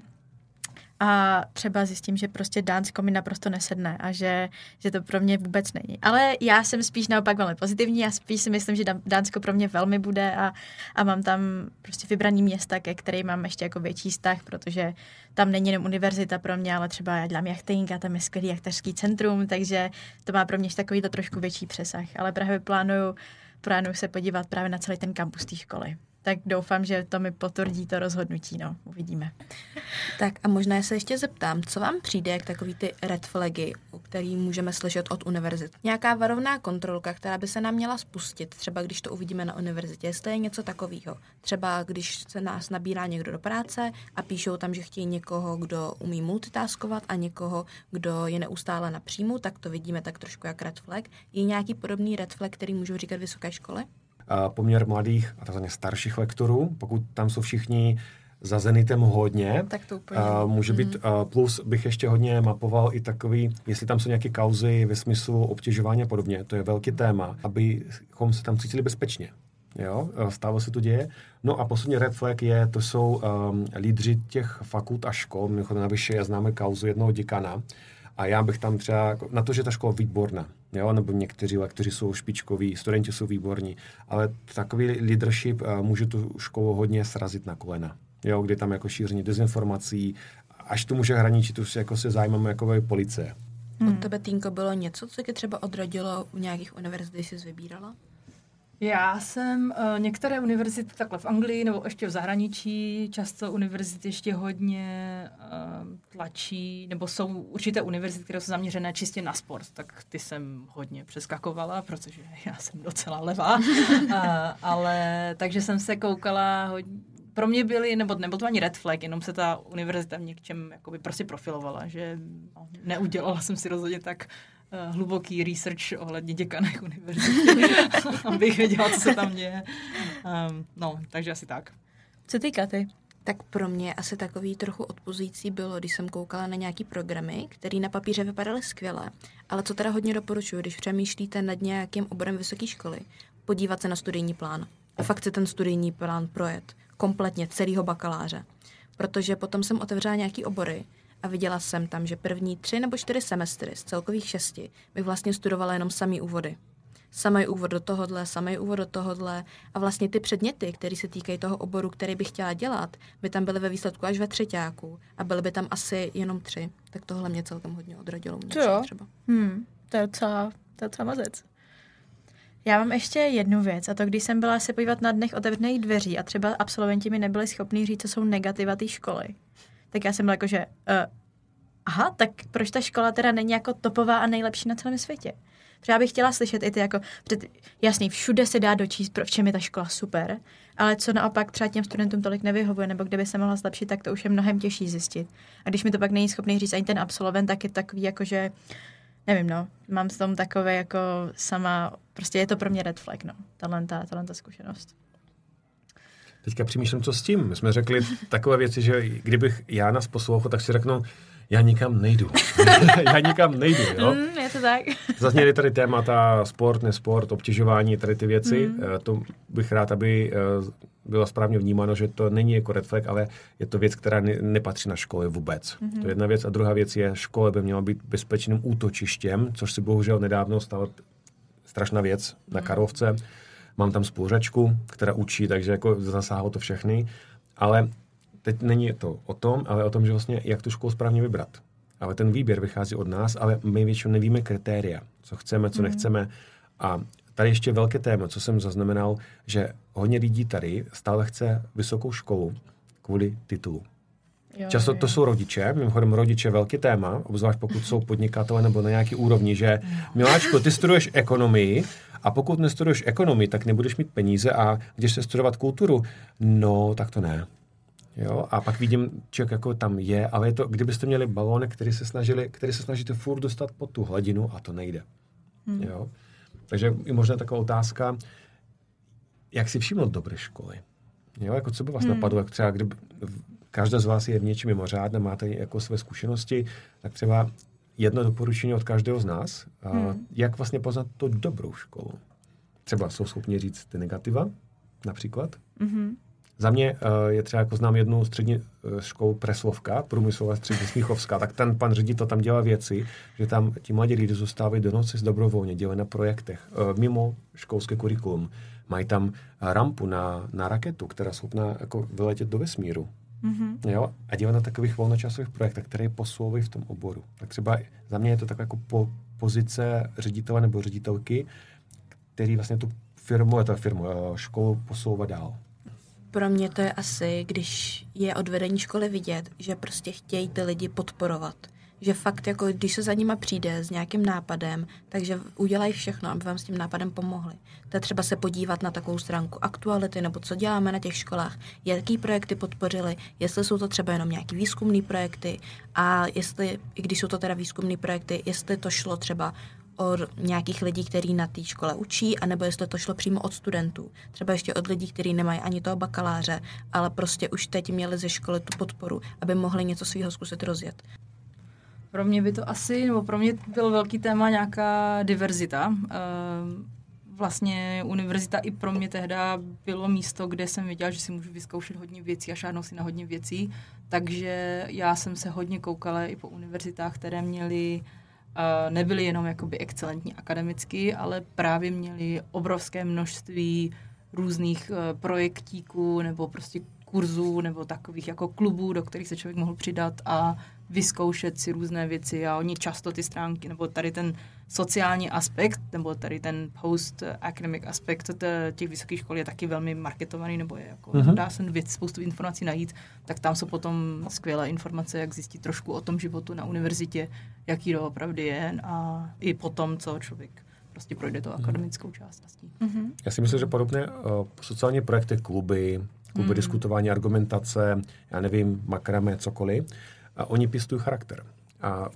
a třeba zjistím, že prostě Dánsko mi naprosto nesedne a že to pro mě vůbec není. Ale já jsem spíš naopak velmi pozitivní a spíš si myslím, že Dánsko pro mě velmi bude a mám tam prostě vybraný města, ke kterým mám ještě jako větší vztah, protože tam není jenom univerzita pro mě, ale třeba já dělám jachting a tam je skvělý jachtařský centrum, takže to má pro mě takovýto trošku větší přesah. Ale právě plánuju se podívat právě na celý ten kampus té školy. Tak doufám, že to mi potvrdí to rozhodnutí, no, uvidíme. Tak a možná se ještě zeptám, co vám přijde jak takový ty red flagy, o který můžeme slyšet od univerzit? Nějaká varovná kontrolka, která by se nám měla spustit, třeba když to uvidíme na univerzitě, jestli je něco takového. Třeba když se nás nabírá někdo do práce a píšou tam, že chtějí někoho, kdo umí multitaskovat a někoho, kdo je neustále na příjmu, tak to vidíme tak trošku jak red flag. Je nějaký podobný red flag, který můžou říkat vysoké školy? Poměr mladých a takzvaně starších lektorů, pokud tam jsou všichni za zenitem hodně, tak to úplně může být, plus bych ještě hodně mapoval i takový, jestli tam jsou nějaké kauzy ve smyslu obtěžování a podobně, to je velký téma, abychom se tam cítili bezpečně. Jo, stále se to děje. No a poslední red flag to jsou lídři těch fakult a škol, mimochodem na vyšší známe kauzu jednoho děkana, a já bych tam třeba, na to, že ta škola je výborná, jo, nebo někteří lektoři jsou špičkoví, studenti jsou výborní, ale takový leadership může tu školu hodně srazit na kolena, jo, kdy tam jako šíření dezinformací, až to může hraničit už jako se zájmem jako policie. Od tebe, Týnko, bylo něco, co tě třeba odradilo u nějakých univerzit, když jsi vybírala? Já jsem některé univerzity takhle v Anglii nebo ještě v zahraničí, často univerzity ještě hodně tlačí, nebo jsou určité univerzity, které jsou zaměřené čistě na sport, tak ty jsem hodně přeskakovala, protože já jsem docela levá, ale takže jsem se koukala hodně. Pro mě byly, nebo to ani red flag, jenom se ta univerzita v něčem jakoby prostě profilovala, že neudělala jsem si rozhodně tak hluboký research ohledně děkanek univerzity, abych věděla, co se tam děje. Takže asi tak. Co ty, Katy? Tak pro mě asi takový trochu odpuzující bylo, když jsem koukala na nějaký programy, které na papíře vypadaly skvěle, ale co teda hodně doporučuji, když přemýšlíte nad nějakým oborem vysoké školy, podívat se na studijní plán. A fakt si ten studijní plán projet kompletně celého bakaláře. Protože potom jsem otevřela nějaký obory a viděla jsem tam, že první 3 nebo 4 semestry z celkových 6 bych vlastně studovala jenom samý úvody. Samý úvod do tohodle a vlastně ty předměty, které se týkají toho oboru, který bych chtěla dělat, by tam byly ve výsledku až ve třeťáku a byly by tam asi jenom 3. Tak tohle mě celkem hodně odradilo. Třeba. To je docela mazec. Já mám ještě jednu věc, a to když jsem byla se podívat na dnech otevřených dveří a třeba absolventi mi nebyli schopní říct, co jsou negativa té školy, tak já jsem byla jako, že tak proč ta škola teda není jako topová a nejlepší na celém světě? Protože já bych chtěla slyšet i ty jako, jasný, všude se dá dočíst, v čem je ta škola super, ale co naopak třeba těm studentům tolik nevyhovuje, nebo kde by se mohla zlepšit, tak to už je mnohem těžší zjistit. A když mi to pak není schopný říct ani ten absolvent, tak je takový jako, že nevím, mám s tom takové jako sama, prostě je to pro mě red flag, talenta zkušenost. Teďka přemýšlím, co s tím. My jsme řekli takové věci, že kdybych já nás poslouchal, tak si řeknu, já nikam nejdu. Jo? Je to tak. Zazněly tady témata sport, nesport, obtěžování, tady ty věci. To bych rád, aby bylo správně vnímáno, že to není jako red flag, ale je to věc, která nepatří na školy vůbec. To je jedna věc. A druhá věc je, škola by měla být bezpečným útočištěm, což si bohužel nedávno stalo strašná věc na Karlovce. Mám tam spolužačku, která učí, takže jako zasáhlo to všechny. Ale teď není to o tom, ale o tom, že vlastně jak tu školu správně vybrat. ale ten výběr vychází od nás, ale my většinou nevíme kritéria, co chceme, co nechceme. A tady ještě velké téma, co jsem zaznamenal, že hodně lidí tady stále chce vysokou školu kvůli titulu. Často to jsou rodiče, mimochodem rodiče velký téma, obzvlášť pokud jsou podnikatelé nebo na nějaký úrovni, že miláčko, ty studuješ ekonomii a pokud nestuduješ ekonomii, tak nebudeš mít peníze a když se studovat kulturu, no tak to ne. Jo? A pak vidím, člověk jako tam je, ale je to, kdybyste měli balónek, který se snažíte furt dostat pod tu hladinu a to nejde. Jo? Takže i možná taková otázka, jak si všimnout dobré školy. Jo? Jako co by vás napadlo, jak třeba kdyby každá z vás je v něčem mimořádné, máte jako své zkušenosti, tak třeba jedno doporučení od každého z nás, jak vlastně poznat tu dobrou školu. Třeba jsou schopni říct ty negativa, například. Za mě je třeba, jako znám jednu střední školu Preslovka, průmyslová střední Smíchovská, tak ten pan ředitel tam dělá věci, že tam ti mladí lidi zůstávají do noci dobrovolně, dělají na projektech, mimo školské kurikulum. Mají tam rampu na raketu, která je schopná jako vyletět do vesmíru. Jo? A dělat na takových volnočasových projektech, které posouvají v tom oboru. Tak třeba za mě je to taková jako pozice ředitele nebo ředitelky, který vlastně tu školu posouvá dál. Pro mě to je asi, když je od vedení školy vidět, že prostě chtějí ty lidi podporovat. Že fakt, jako když se za nima přijde s nějakým nápadem, takže udělají všechno, aby vám s tím nápadem pomohli. To je třeba se podívat na takovou stránku aktuality, nebo co děláme na těch školách, jaký projekty podpořili, jestli jsou to třeba jenom nějaký výzkumný projekty a jestli, i když jsou to teda výzkumný projekty, jestli to šlo třeba od nějakých lidí, kteří na té škole učí, anebo jestli to šlo přímo od studentů. Třeba ještě od lidí, kteří nemají ani toho bakaláře, ale prostě už teď měli ze školy tu podporu, aby mohli něco svýho zkusit rozjet. Pro mě by to asi, nebo pro mě byl velký téma nějaká diverzita. Vlastně univerzita i pro mě tehda bylo místo, kde jsem věděla, že si můžu vyzkoušet hodně věcí a šáhnout si na hodně věcí. Takže já jsem se hodně koukala i po univerzitách, které měly nebyly jenom jakoby excelentní akademicky, ale právě měly obrovské množství různých projektíků nebo prostě kurzů nebo takových jako klubů, do kterých se člověk mohl přidat a vyzkoušet si různé věci a oni často ty stránky, nebo tady ten sociální aspekt, nebo tady ten post-academic aspekt těch vysokých škol je taky velmi marketovaný, nebo je jako, dá se spoustu informací najít, tak tam jsou potom skvělé informace, jak zjistit trošku o tom životu na univerzitě, jaký to opravdu je a i potom, co člověk prostě projde tou akademickou částí. Já si myslím, že podobné sociální projekty, kluby diskutování, argumentace, já nevím, makrame, cokoliv, a oni pěstují charakter. A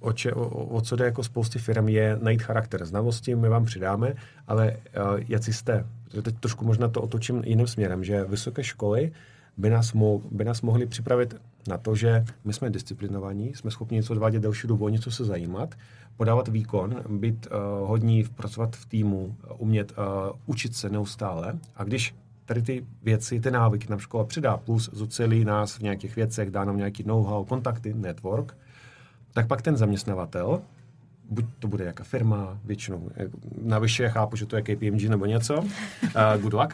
o co jde jako spousty firm je najít charakter. Znalosti my vám přidáme, ale jací jste. Teď trošku možná to otočím jiným směrem, že vysoké školy by nás mohly připravit na to, že my jsme disciplinovaní, jsme schopni něco odvádět delší dobu, o něco se zajímat, podávat výkon, být hodní, pracovat v týmu, umět učit se neustále. A když tady ty věci, ty návyky nám škola přidá, plus zocelí nás v nějakých věcech, dá nám nějaký know-how, kontakty, network, tak pak ten zaměstnavatel, buď to bude jaká firma, většinou navyše, já chápu, že to je KPMG nebo něco, good luck,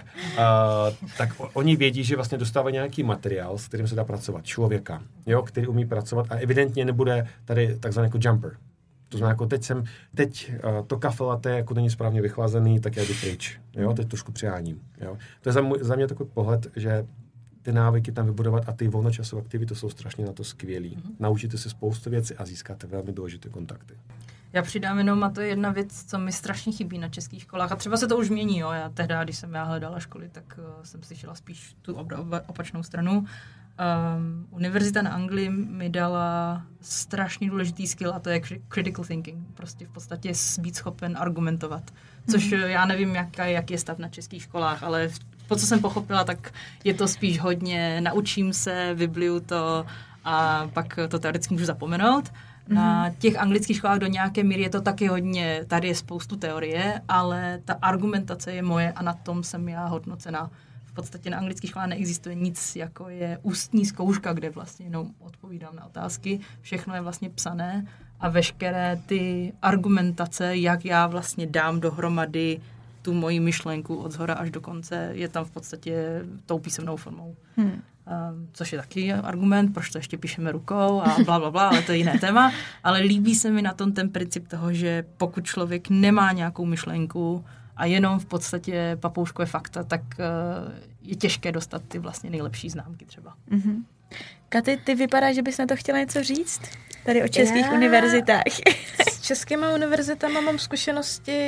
tak oni vědí, že vlastně dostávají nějaký materiál, s kterým se dá pracovat, člověka, jo, který umí pracovat a evidentně nebude tady takzvaný jako jumper. To znamená, jako teď to kafe latte jako není správně vychlazený, tak já jdu pryč. Jo? Teď trošku přiháním. Jo? To je za mě takový pohled, že ty návyky tam vybudovat a ty volnočasové aktivity jsou strašně na to skvělý. Naučíte se spoustu věcí a získáte velmi důležité kontakty. Já přidám jenom, a to je jedna věc, co mi strašně chybí na českých školách. A třeba se to už mění, jo. Já tehdy, když jsem hledala školy, tak jsem slyšela spíš tu opačnou stranu. Univerzita na Anglii mi dala strašně důležitý skill a to je critical thinking. Prostě v podstatě být schopen argumentovat. Což já nevím, jaký je stav na českých školách, ale po co jsem pochopila, tak je to spíš hodně naučím se, vybliju to a pak to teoreticky můžu zapomenout. Na těch anglických školách do nějaké míry je to taky hodně, tady je spoustu teorie, ale ta argumentace je moje a na tom jsem já hodnocena. V podstatě na anglických školách neexistuje nic, jako je ústní zkouška, kde vlastně jenom odpovídám na otázky. Všechno je vlastně psané a veškeré ty argumentace, jak já vlastně dám dohromady tu moji myšlenku od zhora až do konce, je tam v podstatě tou písemnou formou. což je taky argument, proč to ještě píšeme rukou a blablabla, ale to je jiné téma. Ale líbí se mi na tom ten princip toho, že pokud člověk nemá nějakou myšlenku a jenom v podstatě papouškuje fakta, tak je těžké dostat ty vlastně nejlepší známky třeba. Mm-hmm. Katy, ty vypadá, že bys na to chtěla něco říct? Tady o českých univerzitách. S českýma univerzitama mám zkušenosti,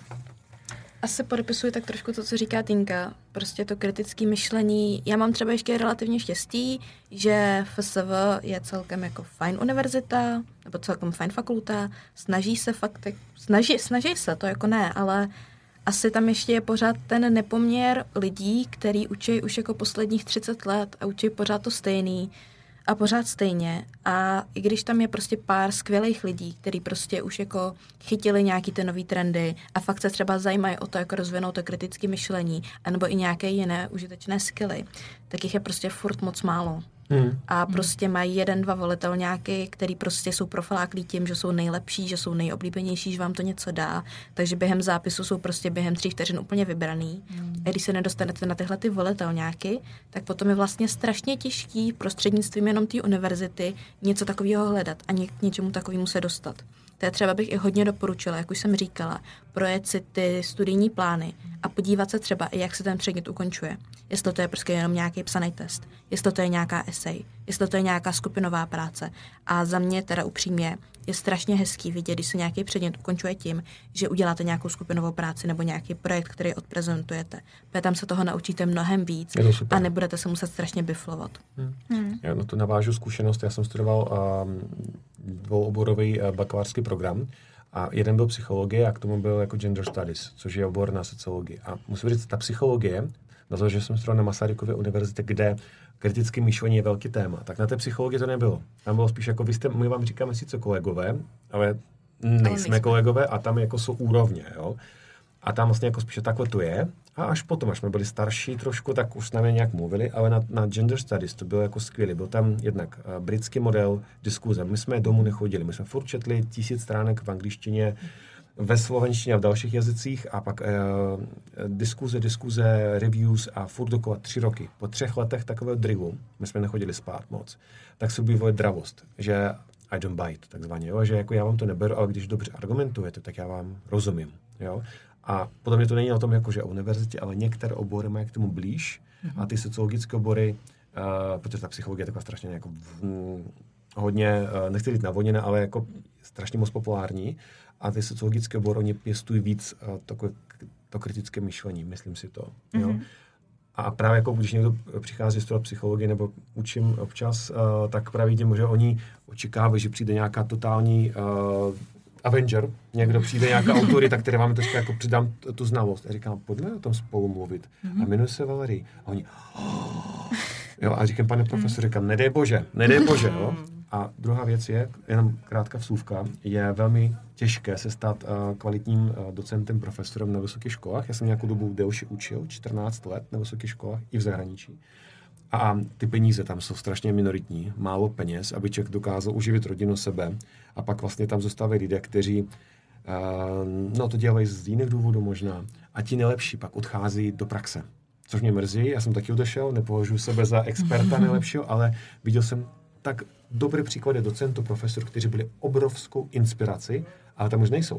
asi podepisuji tak trošku to, co říká Tinka. Prostě to kritické myšlení. Já mám třeba ještě relativně štěstí, že FSV je celkem jako fajn univerzita, nebo celkem fajn fakulta. Snaží se fakt, snaží se, to jako ne, ale asi tam ještě je pořád ten nepoměr lidí, který učí už jako posledních 30 let a učí pořád to stejný a pořád stejně. A i když tam je prostě pár skvělých lidí, kteří prostě už jako chytili nějaký ty nový trendy a fakt se třeba zajímají o to, jako rozvinout to kritické myšlení, anebo i nějaké jiné užitečné skilly, tak jich je prostě furt moc málo. A prostě mají 1-2 volitelňáky, který prostě jsou profiláklí tím, že jsou nejlepší, že jsou nejoblíbenější, že vám to něco dá. Takže během zápisu jsou prostě během 3 vteřin úplně vybraný. A když se nedostanete na tyhle ty volitelňáky, tak potom je vlastně strašně těžký prostřednictvím jenom té univerzity něco takového hledat a k něčemu takovému se dostat. To třeba bych i hodně doporučila, jak už jsem říkala, projet si ty studijní plány a podívat se třeba i, jak se ten předmět ukončuje. Jestli to je prostě jenom nějaký psaný test, jestli to je nějaká esej, jestli to je nějaká skupinová práce. A za mě teda upřímně je strašně hezký vidět, když se nějaký předmět ukončuje tím, že uděláte nějakou skupinovou práci nebo nějaký projekt, který odprezentujete. Protože tam se toho naučíte mnohem víc a nebudete se muset strašně biflovat. Já na to navážu zkušenost. Já jsem studoval dvouoborový bakalářský program a jeden byl psychologie a k tomu byl jako gender studies, což je obor na sociologii. A musím říct, ta psychologie, na to, že jsem studoval na Masarykově univerzitě, kde kritické myšlení je velký téma, tak na té psychologii to nebylo. Tam bylo spíš jako my vám říkáme sice kolegové, ale nejsme kolegové a tam jako jsou úrovně, jo. A tam vlastně jako spíš takhle to je. A až potom, až jsme byli starší trošku, tak už s námi nějak mluvili, ale na gender studies to bylo jako skvělé. Byl tam jednak britský model diskuze. My jsme domů nechodili, my jsme furt četli 1000 stránek v angličtině, ve slovenštině a v dalších jazycích a pak diskuze, reviews a furt dokola 3 roky. Po 3 letech takového drillu, my jsme nechodili spát moc, tak se objevuje dravost, že I don't buy it, takzvaně, jo? Že jako já vám to neberu, ale když dobře argumentujete, tak já vám rozumím. Jo? A podle mě to není o tom, jako, že o univerzitě, ale některé obory mají k tomu blíž a ty sociologické obory, protože ta psychologie je taková strašně jako hodně, nechci říct navoněná, ale jako strašně moc populární a ty sociologické obory, oni pěstují víc to kritické myšlení, myslím si to. Jo? A právě jako když někdo přichází studovat psychologii nebo učím občas, tak právě tím, že oni očekávají, že přijde nějaká totální Avenger, někdo přijde, nějaká autorita, které vám trošku jako přidám tu znalost. A říkám, pojďme o tom spolu mluvit. A jmenuje se Valerie. A oni, jo, a říkám, pane profesor, říkám, nedej bože, jo. A druhá věc je, jenom krátká vsuvka, je velmi těžké se stát kvalitním docentem, profesorem na vysokých školách. Já jsem nějakou dobu delší učil, 14 let na vysokých školách i v zahraničí. A ty peníze tam jsou strašně minoritní, málo peněz, aby člověk dokázal uživit rodinu, sebe. A pak vlastně tam zůstávají lidé, kteří to dělají z jiných důvodů možná. A ti nejlepší pak odchází do praxe. Což mě mrzí, já jsem taky odešel, nepovažuji sebe za experta nejlepšího, ale viděl jsem tak dobré příklady docentů, profesorů, kteří byli obrovskou inspirací, ale tam už nejsou.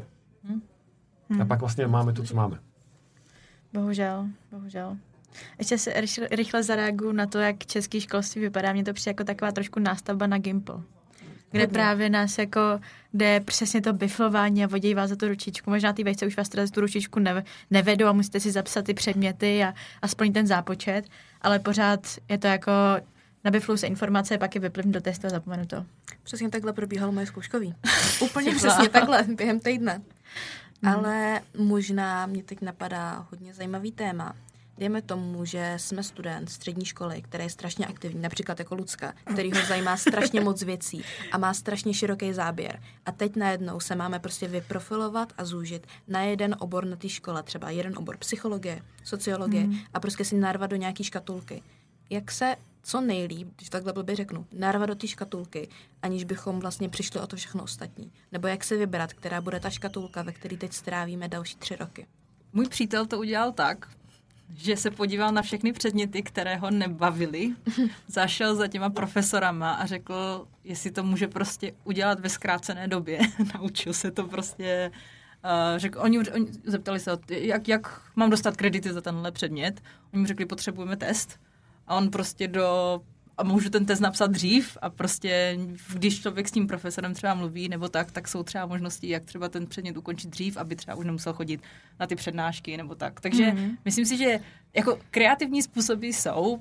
A pak vlastně máme to, co máme. Bohužel. Ještě se rychle zareaguju na to, jak český školství vypadá. Mně to přijde jako taková trošku nástavba na Gimple. Kde právě nás jako jde přesně to biflování a vodí vás za tu ručičku. Možná ty vejce už vás teda za tu ručičku nevedou a musíte si zapsat ty předměty a splnit ten zápočet, ale pořád je to jako nabiflují se informace, pak je vyplivnu do testu a zapomenu to. Přesně takhle probíhalo moje zkouškový. Úplně přesně takhle, během týdne. Ale možná mě teď napadá hodně zajímavý téma. Dejme tomu, že jsme student střední školy, který je strašně aktivní, například jako Lucka, který ho zajímá strašně moc věcí a má strašně široký záběr. A teď najednou se máme prostě vyprofilovat a zúžit na jeden obor na té škole, třeba jeden obor psychologie, sociologie a prostě si narvat do nějaký škatulky. Jak se co nejlíp, když takhle blbě řeknu, narvat do té škatulky, aniž bychom vlastně přišli o to všechno ostatní. Nebo jak se vybrat, která bude ta škatulka, ve které teď strávíme další 3 roky. Můj přítel to udělal tak, že se podíval na všechny předměty, které ho nebavily, zašel za těma profesorama a řekl, jestli to může prostě udělat ve zkrácené době. Naučil se to prostě, oni zeptali se, jak mám dostat kredity za tenhle předmět. Oni mu řekli, potřebujeme test. A on prostě a můžu ten test napsat dřív a prostě, když člověk s tím profesorem třeba mluví nebo tak jsou třeba možnosti, jak třeba ten předmět ukončit dřív, aby třeba už nemusel chodit na ty přednášky nebo tak. Takže myslím si, že jako kreativní způsoby jsou,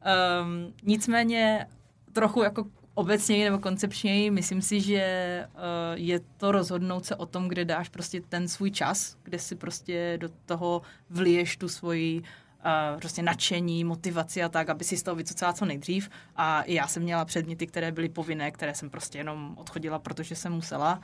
nicméně trochu jako obecněji nebo koncepčněji, myslím si, že je to rozhodnout se o tom, kde dáš prostě ten svůj čas, kde si prostě do toho vliješ tu svoji prostě nadšení, motivaci a tak, aby si z toho vycucala co nejdřív. A já jsem měla předměty, které byly povinné, které jsem prostě jenom odchodila, protože jsem musela.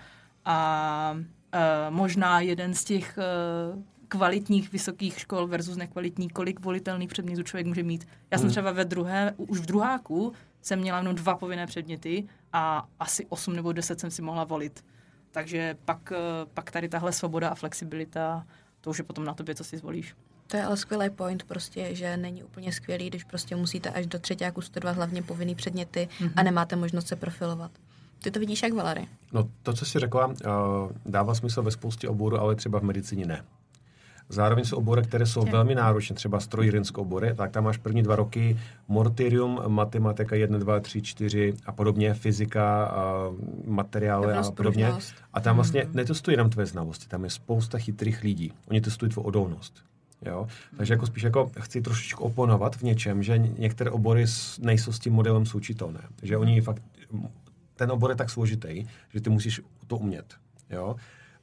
A možná jeden z těch kvalitních vysokých škol versus nekvalitní, kolik volitelných předmětů člověk může mít. Já jsem třeba už v druháku jsem měla jenom 2 povinné předměty a asi 8 nebo 10 jsem si mohla volit. Takže pak tady tahle svoboda a flexibilita, to už je potom na tobě, co si zvolíš. To je ale skvělý point prostě, že není úplně skvělý, když prostě musíte až do 3. studovat hlavně povinný předměty a nemáte možnost se profilovat. Ty to vidíš jak, Valery? No to, co jsi řekla, dává smysl ve spoustě oborů, ale třeba v medicíně ne. Zároveň jsou obory, které jsou velmi náročné, třeba strojírenské obory, tak tam máš první 2 roky mortyrium, matematika 1, 2, 3, 4 a podobně, fyzika, materiály a podobně. A tam vlastně netestují jenom tvé znalosti, tam je spousta chytrých lidí. Oni testují tvou odolnost. Jo? Takže jako spíš jako chci trošičku oponovat v něčem, že některé obory nejsou s tím modelem součitelné. Takže oni fakt, ten obor je tak složitý, že ty musíš to umět. Jo?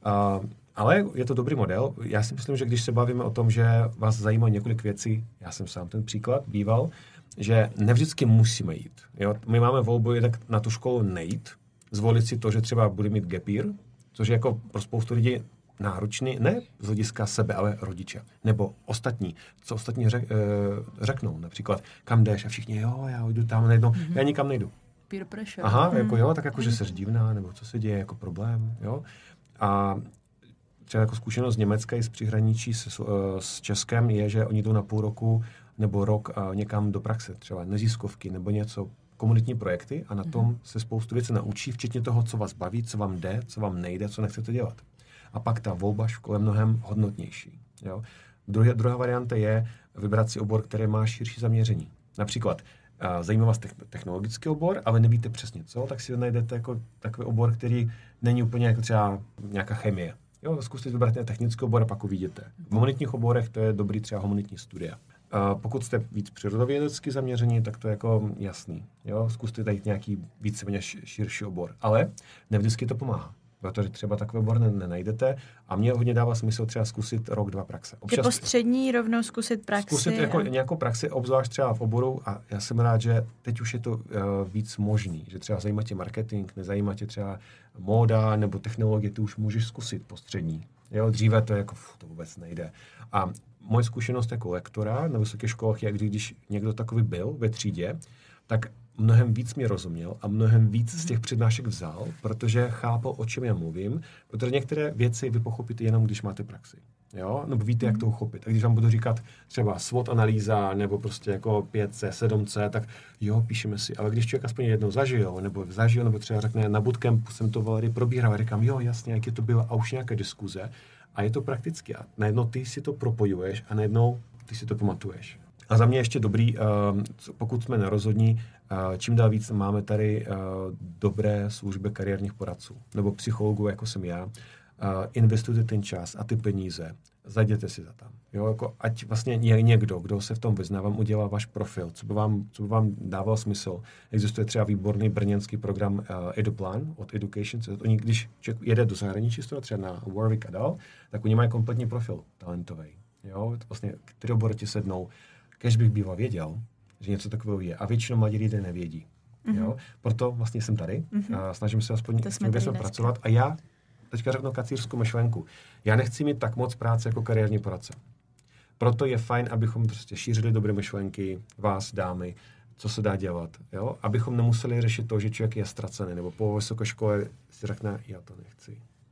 Ale je to dobrý model. Já si myslím, že když se bavíme o tom, že vás zajímá několik věcí, já jsem sám ten příklad býval, že nevždycky musíme jít. Jo? My máme volbu tak na tu školu nejít, zvolit si to, že třeba bude mít gap year, což je jako pro spoustu lidí náročný, ne z hlediska sebe, ale rodiče. Nebo ostatní. Co ostatní řeknou. Například, kam jdeš? A všichni, jo, já jdu tam, najednou, já nikam nejdu. Peer pressure. Aha, jako jo, tak jako, že seš divná, nebo co se děje, jako problém, jo. A třeba jako zkušenost z Německa i z příhraničí s Českem je, že oni jdou na půl roku nebo rok někam do praxe, třeba neziskovky nebo něco, komunitní projekty a na tom se spoustu věcí naučí, včetně toho, co vás baví, co vám jde, co vám nejde, co nechcete dělat. A pak ta volba školy je mnohem hodnotnější. Jo? Druhá varianta je vybrat si obor, který má širší zaměření. Například zajímá vás technologický obor, ale nevíte přesně co, tak si najdete jako takový obor, který není úplně jako třeba nějaká chemie. Jo, zkuste vybrat ten technický obor a pak uvidíte. V humanitních oborech to je dobrý třeba humanitní studia. Pokud jste víc přírodovědecky zaměření, tak to je jako jasný. Jo? Zkuste tady nějaký víceméně širší obor. Ale nevždycky to pomáhá. Protože třeba takový obor nenajdete a mně hodně dává smysl třeba zkusit 1, 2 praxe. Občas po střední rovnou zkusit praxi. Zkusit jako nějakou praxi, obzvlášť třeba v oboru a já jsem rád, že teď už je to víc možný, že třeba zajímá tě marketing, nezajímá tě třeba móda nebo technologie, ty už můžeš zkusit po střední. Jo, dříve to jako, to vůbec nejde. A moje zkušenost jako lektora na vysokých školách je, když někdo takový byl ve třídě, tak mnohem víc mě rozuměl a mnohem víc z těch přednášek vzal, protože chápal, o čem já mluvím, protože některé věci vy pochopíte jenom, když máte praxi. Jo? Nebo víte, jak to uchopit. A když vám budu říkat třeba SWOT analýza nebo prostě jako 5C, 7C, tak jo, píšeme si. Ale když člověk aspoň jednou zažil, nebo třeba řekne na bootcampu jsem to Valery probíral a říkám, jo, jasně, jak je to bylo a už nějaké diskuze. A je to prakticky. A najednou ty si to propojuješ a najednou ty si to pamatuješ. A za mě ještě dobrý, pokud jsme nerozhodní, čím dál víc máme tady dobré služby kariérních poradců nebo psychologů, jako jsem já, investujte ten čas a ty peníze, zajděte si za tam. Jo, jako ať vlastně někdo, kdo se v tom vyzná, vám udělá váš profil, co by vám dával smysl. Existuje třeba výborný brněnský program EduPlan od Education. Oni, když člověk jede do zahraničí, třeba na Warwick a dál, tak oni mají kompletní profil talentový. Jo, vlastně, který obory ti sednou. Kež bych býval věděl, že něco takového je. A většinou mladí lidé nevědí. Jo? Proto vlastně jsem tady. A snažím se aspoň s tím pracovat. A já teďka řeknu kacířskou myšlenku. Já nechci mít tak moc práce jako kariérní poradce. Proto je fajn, abychom prostě šířili dobré myšlenky, vás, dámy, co se dá dělat. Jo? Abychom nemuseli řešit to, že člověk je ztracený, nebo po vysoké škole si řekne, já to nechci.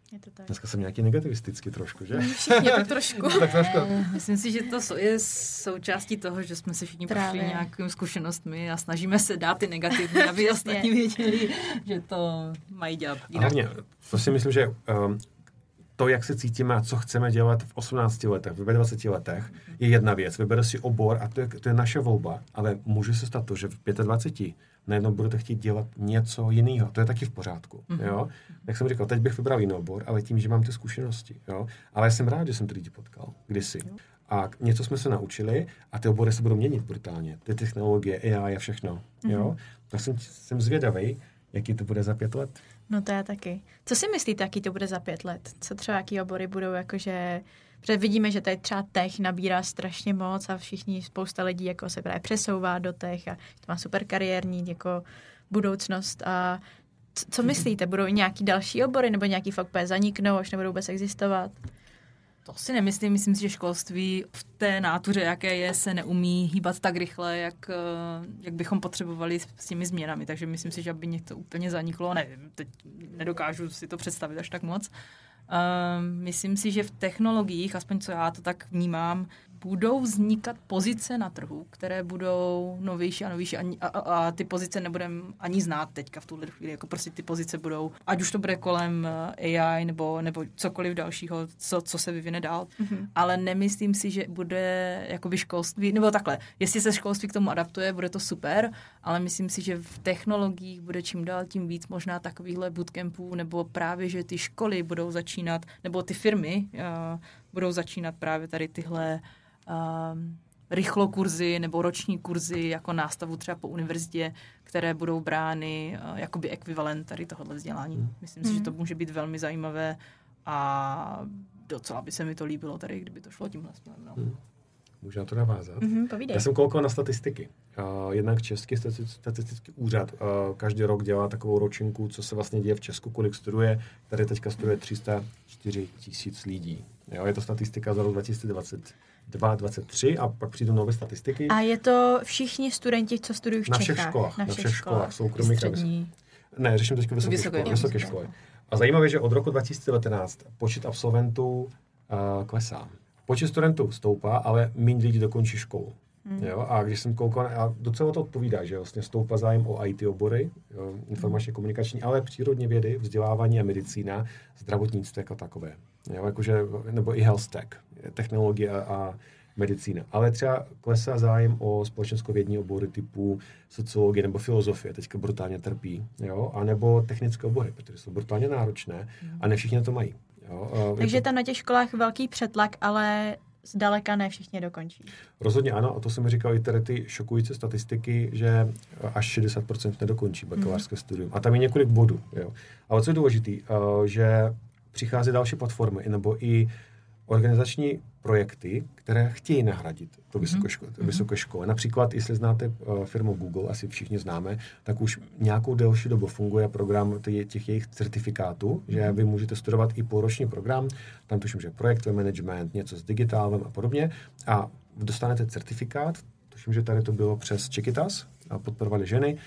Je to tak. Dneska jsem nějaký negativistický trošku, že? Všichni tak trošku. Tak trošku. Myslím si, že to je součástí toho, že jsme se všichni prošli nějakými zkušenostmi a snažíme se dát ty negativní, aby ostatní věděli, že to mají dělat jinak. Hlavně, to si myslím, že to, jak se cítíme a co chceme dělat v 18 letech, v 20 letech, je jedna věc. Vybere si obor a to je naše volba, ale může se stát to, že v 25 najednou budete chtít dělat něco jiného. To je taky v pořádku. Jo? Jak jsem říkal, teď bych vybral jiný obor, ale tím, že mám ty zkušenosti. Jo? Ale jsem rád, že jsem ty lidi potkal kdysi. A něco jsme se naučili a ty obory se budou měnit brutálně. Ty technologie, AI a všechno. Jo? Tak jsem zvědavý, jaký to bude za 5 let. No to já taky. Co si myslíte, jaký to bude za 5 let? Co třeba, jaký obory budou jakože... Protože vidíme, že tady třeba tech nabírá strašně moc a všichni, spousta lidí jako se právě přesouvá do tech a to má super kariérní jako budoucnost. A co myslíte? Budou i nějaký další obory nebo nějaký fakt zaniknou, až nebudou vůbec existovat? To si nemyslím. Myslím si, že školství v té nátuře, jaké je, se neumí hýbat tak rychle, jak bychom potřebovali s těmi změnami. Takže myslím si, že aby někdo úplně zaniklo, nevím, teď nedokážu si to představit až tak moc. Myslím si, že v technologiích, aspoň co já to tak vnímám, budou vznikat pozice na trhu, které budou novější a novější a ty pozice nebudeme ani znát teďka v tuhle chvíli. Jako prostě ty pozice budou, ať už to bude kolem AI nebo cokoliv dalšího, co se vyvine dál. Ale nemyslím si, že bude jakoby školství, nebo takhle, jestli se školství k tomu adaptuje, bude to super, ale myslím si, že v technologiích bude čím dál tím víc možná takovýchhle bootcampů, nebo právě, že ty školy budou začínat, nebo ty firmy budou začínat právě tady tyhle rychlokurzy nebo roční kurzy jako nástavu třeba po univerzitě, které budou brány jakoby ekvivalent tady tohohle vzdělání. Myslím si, že to může být velmi zajímavé a docela by se mi to líbilo tady, kdyby to šlo tímhle směrem. No. Můžu na to navázat? Povídej. Já jsem koukal na statistiky. Jednak Český statistický úřad každý rok dělá takovou ročinku, co se vlastně děje v Česku, kolik studuje. Tady teďka studuje 304 000 lidí. Jo, je to statistika za rok 2022, 2023 a pak přijdou nové statistiky. A je to všichni studenti, co studují v Čechách? Na všech školách, soukromých. Ne, řeším teď vysoké školy. A zajímavé, že od roku 2019 počet absolventů klesá. Počet studentů stoupá, ale méně lidí dokončí školu. Jo? A když jsem koukal, a docela to odpovídá, že vlastně stoupá zájem o IT obory, jo, informačně komunikační, ale přírodní vědy, vzdělávání a medicína, zdravotnictví jako takové. Jo? Jakože, nebo i health tech, technologie a medicína. Ale třeba klesá zájem o společenskovědní obory typu sociologie nebo filozofie, teďka brutálně trpí. Jo? A nebo technické obory, protože jsou brutálně náročné a ne všichni to mají. Jo? Takže tam na těch školách velký přetlak, ale zdaleka ne všichni dokončí. Rozhodně ano, a to jsem mi říkal i tady ty šokující statistiky, že až 60% nedokončí bakalářské studium. A tam je několik bodů. Jo? Ale co je důležité, že přichází další platformy nebo i organizační projekty, které chtějí nahradit to vysoké školy. Například, jestli znáte firmu Google, asi všichni známe, tak už nějakou delší dobu funguje program těch jejich certifikátů, že vy můžete studovat i půlroční program, tam tuším, že projektový management, něco s digitálem a podobně a dostanete certifikát, tuším, že tady to bylo přes Čekytas a podporovali ženy,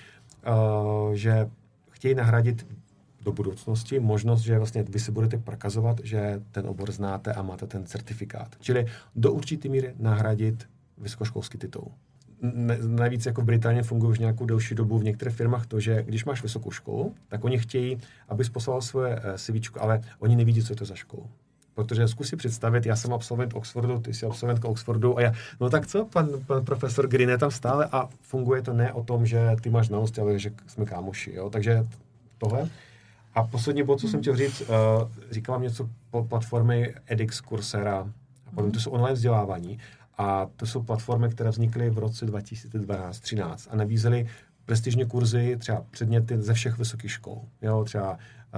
že chtějí nahradit do budoucnosti možnost, že vlastně vy se budete prokazovat, že ten obor znáte a máte ten certifikát. Čili do určité míry nahradit vysokoškolský titul. Navíc jako v Británii funguje už nějakou delší dobu v některých firmách to, že když máš vysokou školu, tak oni chtějí, abys poslal svoje CVčko, ale oni nevidí, co je to za školu. Protože zkusí představit, já jsem absolvent Oxfordu, ty jsi absolventka Oxfordu a já, no tak co, pan profesor Green je tam stále a funguje to ne o tom, že ty máš znalosti, ale že jsme kámoši, jo, takže tohle. A poslední bod, co jsem chtěl říct, říkala mě něco po platformy edX, Coursera a potom to jsou online vzdělávání a to jsou platformy, které vznikly v roce 2012-13 a nabízely prestižní kurzy, třeba předměty ze všech vysokých škol, jo, třeba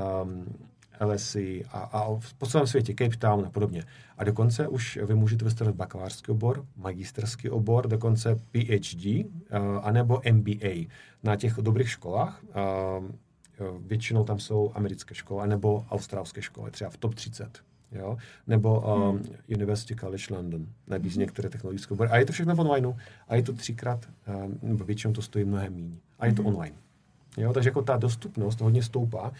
LSE a po celém světě, Cape Town a podobně. A dokonce už vy můžete vystudovat bakalářský obor, magisterský obor, dokonce PhD, anebo MBA na těch dobrých školách. Většinou tam jsou americké školy, nebo australské školy, třeba v top 30. Jo? Nebo University College London, nabízí některé technologické obory. A je to všechno v online. A je to 3x, nebo většinou to stojí mnohem méně. A je to online. Jo? Takže jako ta dostupnost hodně stoupá.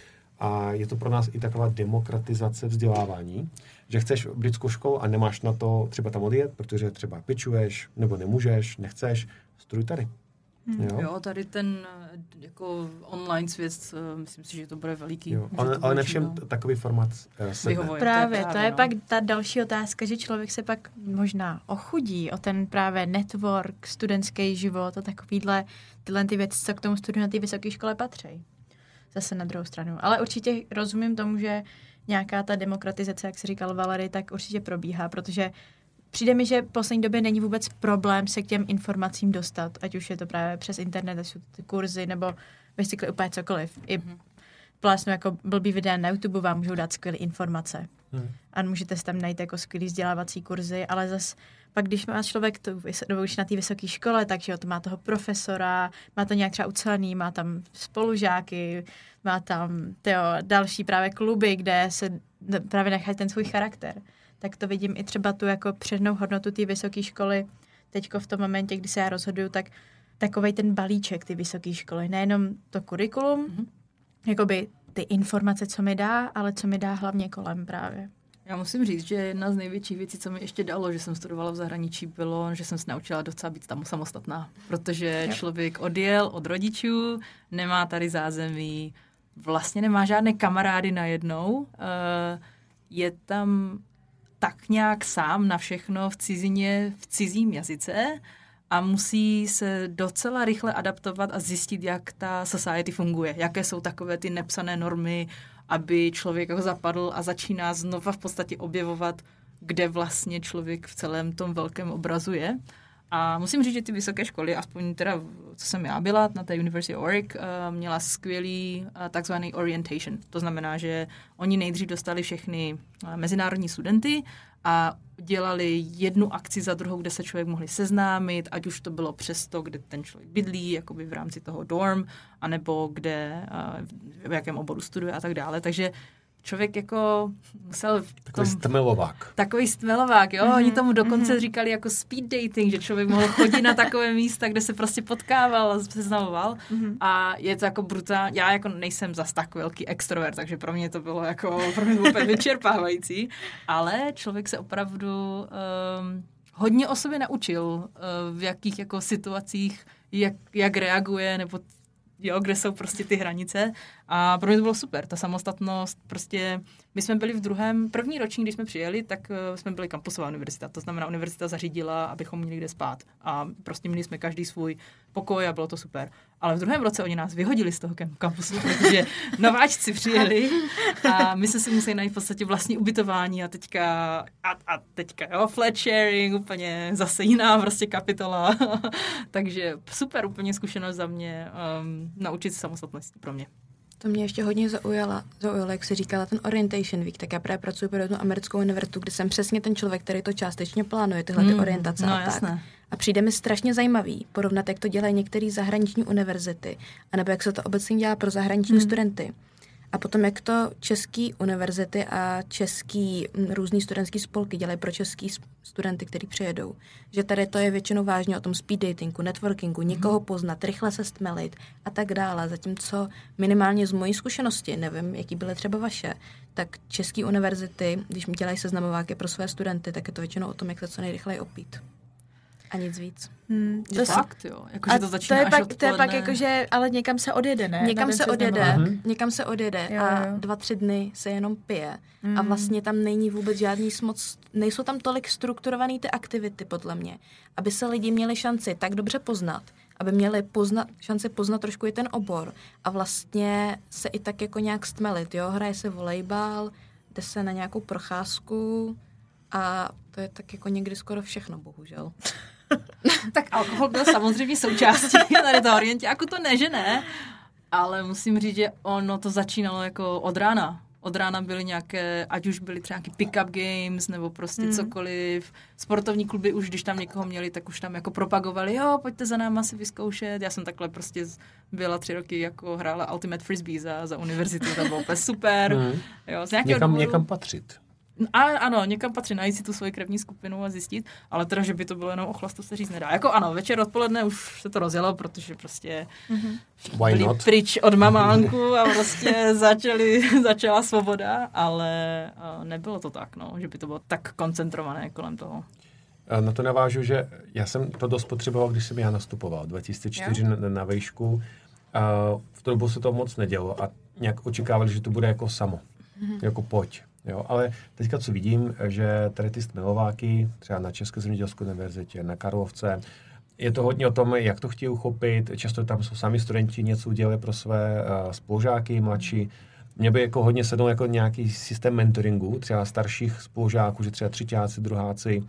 a je to pro nás i taková demokratizace vzdělávání, že chceš britskou školu a nemáš na to třeba tam odjet, protože třeba pičuješ, nebo nemůžeš, nechceš, studuj tady. Jo, tady ten jako online svět, myslím si, že to bude veliký. Jo, ale ne všem takový formát sedne. Právě, to je pak ta další otázka, že člověk se pak možná ochudí o ten právě network, studentský život a takovýhle tyhle ty věci, co k tomu studiu na té vysoké škole patří. Zase na druhou stranu. Ale určitě rozumím tomu, že nějaká ta demokratizace, jak jsi říkal Valery, tak určitě probíhá, protože přijde mi, že v poslední době není vůbec problém se k těm informacím dostat, ať už je to právě přes internet, ať jsou ty kurzy, nebo basically úplně cokoliv. I vlastně jako blbý videa na YouTube vám můžou dát skvělé informace. A můžete si tam najít jako skvělý vzdělávací kurzy, ale zase pak, když má člověk už na té vysoké škole, takže to má toho profesora, má to nějak třeba ucelený, má tam spolužáky, má tam další právě kluby, kde se právě nechá ten svůj charakter. Tak to vidím i třeba tu jako přednou hodnotu té vysoké školy. Teďko v tom momentě, kdy se já rozhoduju, tak takovej ten balíček ty vysoké školy. Nejenom to kurikulum, jakoby ty informace, co mi dá, ale co mi dá hlavně kolem právě. Já musím říct, že jedna z největších věcí, co mi ještě dalo, že jsem studovala v zahraničí, bylo, že jsem se naučila docela být tam samostatná. Protože člověk odjel od rodičů, nemá tady zázemí, vlastně nemá žádné kamarády najednou, je tam tak nějak sám na všechno v cizině, v cizím jazyce a musí se docela rychle adaptovat a zjistit, jak ta society funguje, jaké jsou takové ty nepsané normy, aby člověk ho zapadl a začíná znova v podstatě objevovat, kde vlastně člověk v celém tom velkém obrazu je. A musím říct, že ty vysoké školy, aspoň teda, co jsem já byla na té University of Warwick, měla skvělý takzvaný orientation. To znamená, že oni nejdřív dostali všechny mezinárodní studenty a dělali jednu akci za druhou, kde se člověk mohli seznámit, ať už to bylo přes to, kde ten člověk bydlí, jakoby v rámci toho dorm, anebo kde, v jakém oboru studuje a tak dále. Takže člověk jako musel... Takový stmelovák, jo. Oni tomu dokonce říkali jako speed dating, že člověk mohl chodit na takové místa, kde se prostě potkával a seznamoval. A je to jako brutální. Já jako nejsem zas tak velký extrovert, takže pro mě to bylo jako úplně vyčerpávající. Ale člověk se opravdu hodně o sobě naučil, v jakých jako situacích, jak reaguje, nebo jo, kde jsou prostě ty hranice. A pro mě to bylo super, ta samostatnost, prostě my jsme byli první ročník, když jsme přijeli, tak jsme byli kampusová univerzita, to znamená univerzita zařídila, abychom měli kde spát a prostě měli jsme každý svůj pokoj a bylo to super. Ale v druhém roce oni nás vyhodili z toho kampusu, protože nováčci přijeli a my jsme si museli najít v podstatě vlastní ubytování a teďka jo, flat sharing, úplně zase jiná prostě kapitola. Takže super, úplně zkušenost za mě, naučit se samostatnosti pro mě. To mě ještě hodně zaujalo, jak jsi říkala, ten orientation week, tak já právě pracuji pro jednu americkou univerzitu, kde jsem přesně ten člověk, který to částečně plánuje, tyhle ty orientace a tak. Jasné. A přijde mi strašně zajímavý porovnat, jak to dělají některé zahraniční univerzity, anebo jak se to obecně dělá pro zahraniční studenty. A potom, jak to český univerzity a český různý studentský spolky dělají pro český studenty, kteří přijedou. Že tady to je většinou vážně o tom speed datingu, networkingu, někoho poznat, rychle se stmelit a tak dále. Zatímco minimálně z mojí zkušenosti, nevím, jaký byly třeba vaše, tak český univerzity, když mi dělají seznamováky pro své studenty, tak je to většinou o tom, jak se co nejrychleji opít. A nic víc. To fakt, jo. Jakože to začíná až odpoledne. To je pak jakože, ale někam se odjede, ne? Někam se odjede a 2-3 dny se jenom pije. A vlastně tam není vůbec žádný nejsou tam tolik strukturovaný ty aktivity, podle mě. Aby se lidi měli šanci tak dobře poznat, aby měli šanci poznat trošku i ten obor a vlastně se i tak jako nějak stmelit, jo? Hraje se volejbal, jde se na nějakou procházku a to je tak jako někdy skoro všechno, bohužel. Tak alkohol byl samozřejmě součástí tady toho orientáku, to ne, že ne, ale musím říct, že ono to začínalo jako od rána. Od rána byly nějaké, ať už byly třeba nějaký pick-up games, nebo prostě cokoliv. Sportovní kluby už, když tam někoho měli, tak už tam jako propagovali, jo, pojďte za náma si vyzkoušet. Já jsem takhle prostě byla 3 roky, jako hrála Ultimate Frisbee za univerzitu, to bylo úplně super. Jo, z nějakého důvodu... Někam patřit. Ano, někam patří, najít si tu svoji krevní skupinu a zjistit, ale teda, že by to bylo jenom o chlastu, se říct nedá. Jako ano, večer odpoledne už se to rozjelo, protože prostě byli pryč od mamánku a prostě začala svoboda, ale nebylo to tak, no, že by to bylo tak koncentrované kolem toho. Na to navážu, že já jsem to dost potřeboval, když jsem já nastupoval 2004 na vejšku. V tu dobu se to moc nedělo a nějak očekávali, že to bude jako samo, jako pojď. Jo, ale teďka co vidím, že tady ty stmelováky, třeba na České zemědělské univerzitě, na Karlovce, je to hodně o tom, jak to chtějí uchopit. Často tam jsou sami studenti, něco udělali pro své spolužáky, mladší. Mě by jako hodně sedl jako nějaký systém mentoringu, třeba starších spolužáků, že třeba třeťáci, druháci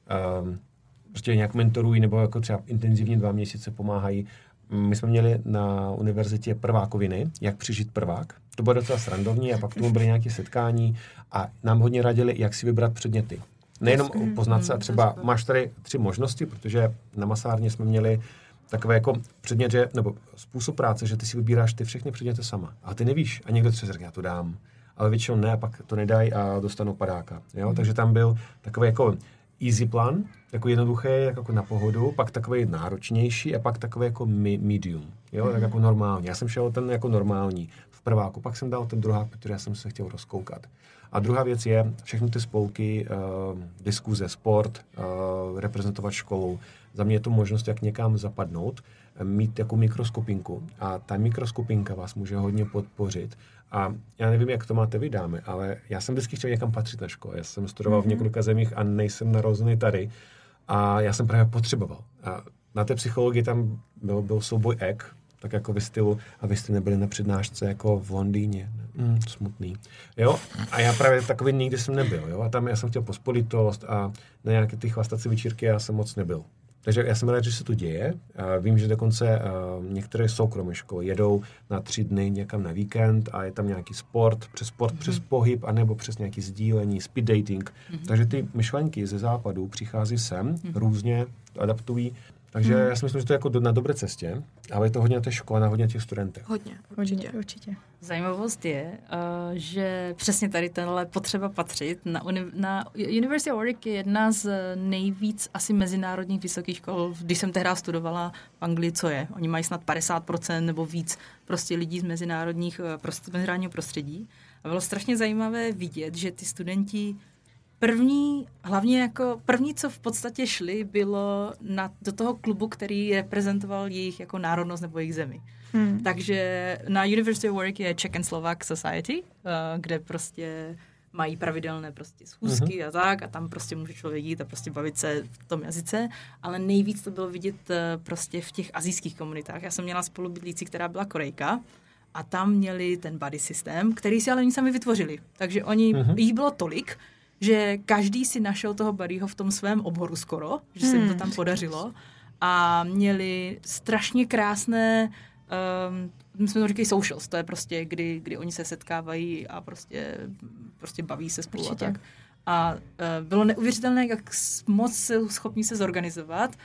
prostě nějak mentorují nebo jako třeba intenzivně 2 měsíce pomáhají. My jsme měli na univerzitě prvákoviny, jak přežít prvák. To bylo docela srandovní a pak k tomu byly nějaké setkání a nám hodně radili, jak si vybrat předměty. Nejenom poznat se a třeba máš tady 3 možnosti, protože na masárně jsme měli takové jako předmět, nebo způsob práce, že ty si vybíráš ty všechny předměty sama. A ty nevíš a někdo třeba řekne, já to dám. Ale většinou ne a pak to nedají a dostanou padáka. Jo? Takže tam byl takový jako easy plan, jako jednoduchý, jako na pohodu, pak takový náročnější a pak takový jako medium, jo, tak jako normální. Já jsem šel ten jako normální v prváku, pak jsem dal ten druhák, protože já jsem se chtěl rozkoukat. A druhá věc je všechny ty spolky, diskuze, sport, reprezentovat školu. Za mě je to možnost, jak někam zapadnout, mít jako mikroskupinku a ta mikroskupinka vás může hodně podpořit. A já nevím, jak to máte vy, dámy, ale já jsem vždycky chtěl někam patřit na škole. Já jsem studoval v několika zemích a nejsem narozený tady. A já jsem právě potřeboval. A na té psychologii tam byl souboj ek, tak jako ve stylu, a vy jste nebyli na přednášce jako v Londýně. Smutný. Jo? A já právě takový nikdy jsem nebyl. Jo? A tam já jsem chtěl pospolitost a na nějaké ty chlastací večírky já jsem moc nebyl. Takže já jsem rád, že se to děje. Vím, že dokonce některé soukromé školy jedou na 3 dny někam na víkend a je tam nějaký sport, přes pohyb, anebo přes nějaký sdílení, speed dating. Takže ty myšlenky ze západu přichází sem, různě adaptují. Takže já si myslím, že to je jako na dobré cestě, ale je to hodně na té škole, na hodně těch studentech. Hodně, určitě. Zajímavost je, že přesně tady tenhle potřeba patřit. Na University of Warwick je jedna z nejvíc asi mezinárodních vysokých škol, když jsem tehdy studovala v Anglii, co je. Oni mají snad 50% nebo víc prostě lidí z mezinárodního prostředí. A bylo strašně zajímavé vidět, že ty studenti první, co v podstatě šli, bylo do toho klubu, který reprezentoval jejich jako národnost nebo jejich zemi. Takže na University of Warwick je Czech and Slovak Society, kde prostě mají pravidelné prostě schůzky a tak a tam prostě může člověk jít a prostě bavit se v tom jazyce, ale nejvíc to bylo vidět prostě v těch asijských komunitách. Já jsem měla spolubydlící, která byla Korejka a tam měli ten buddy systém, který si ale oni sami vytvořili. Takže jich bylo tolik, že každý si našel toho buddyho v tom svém oboru skoro, že se jim to tam podařilo a měli strašně krásné, my jsme to říkali socials, to je prostě, kdy oni se setkávají a prostě baví se spolu a tak. A bylo neuvěřitelné, jak moc jsou schopni se zorganizovat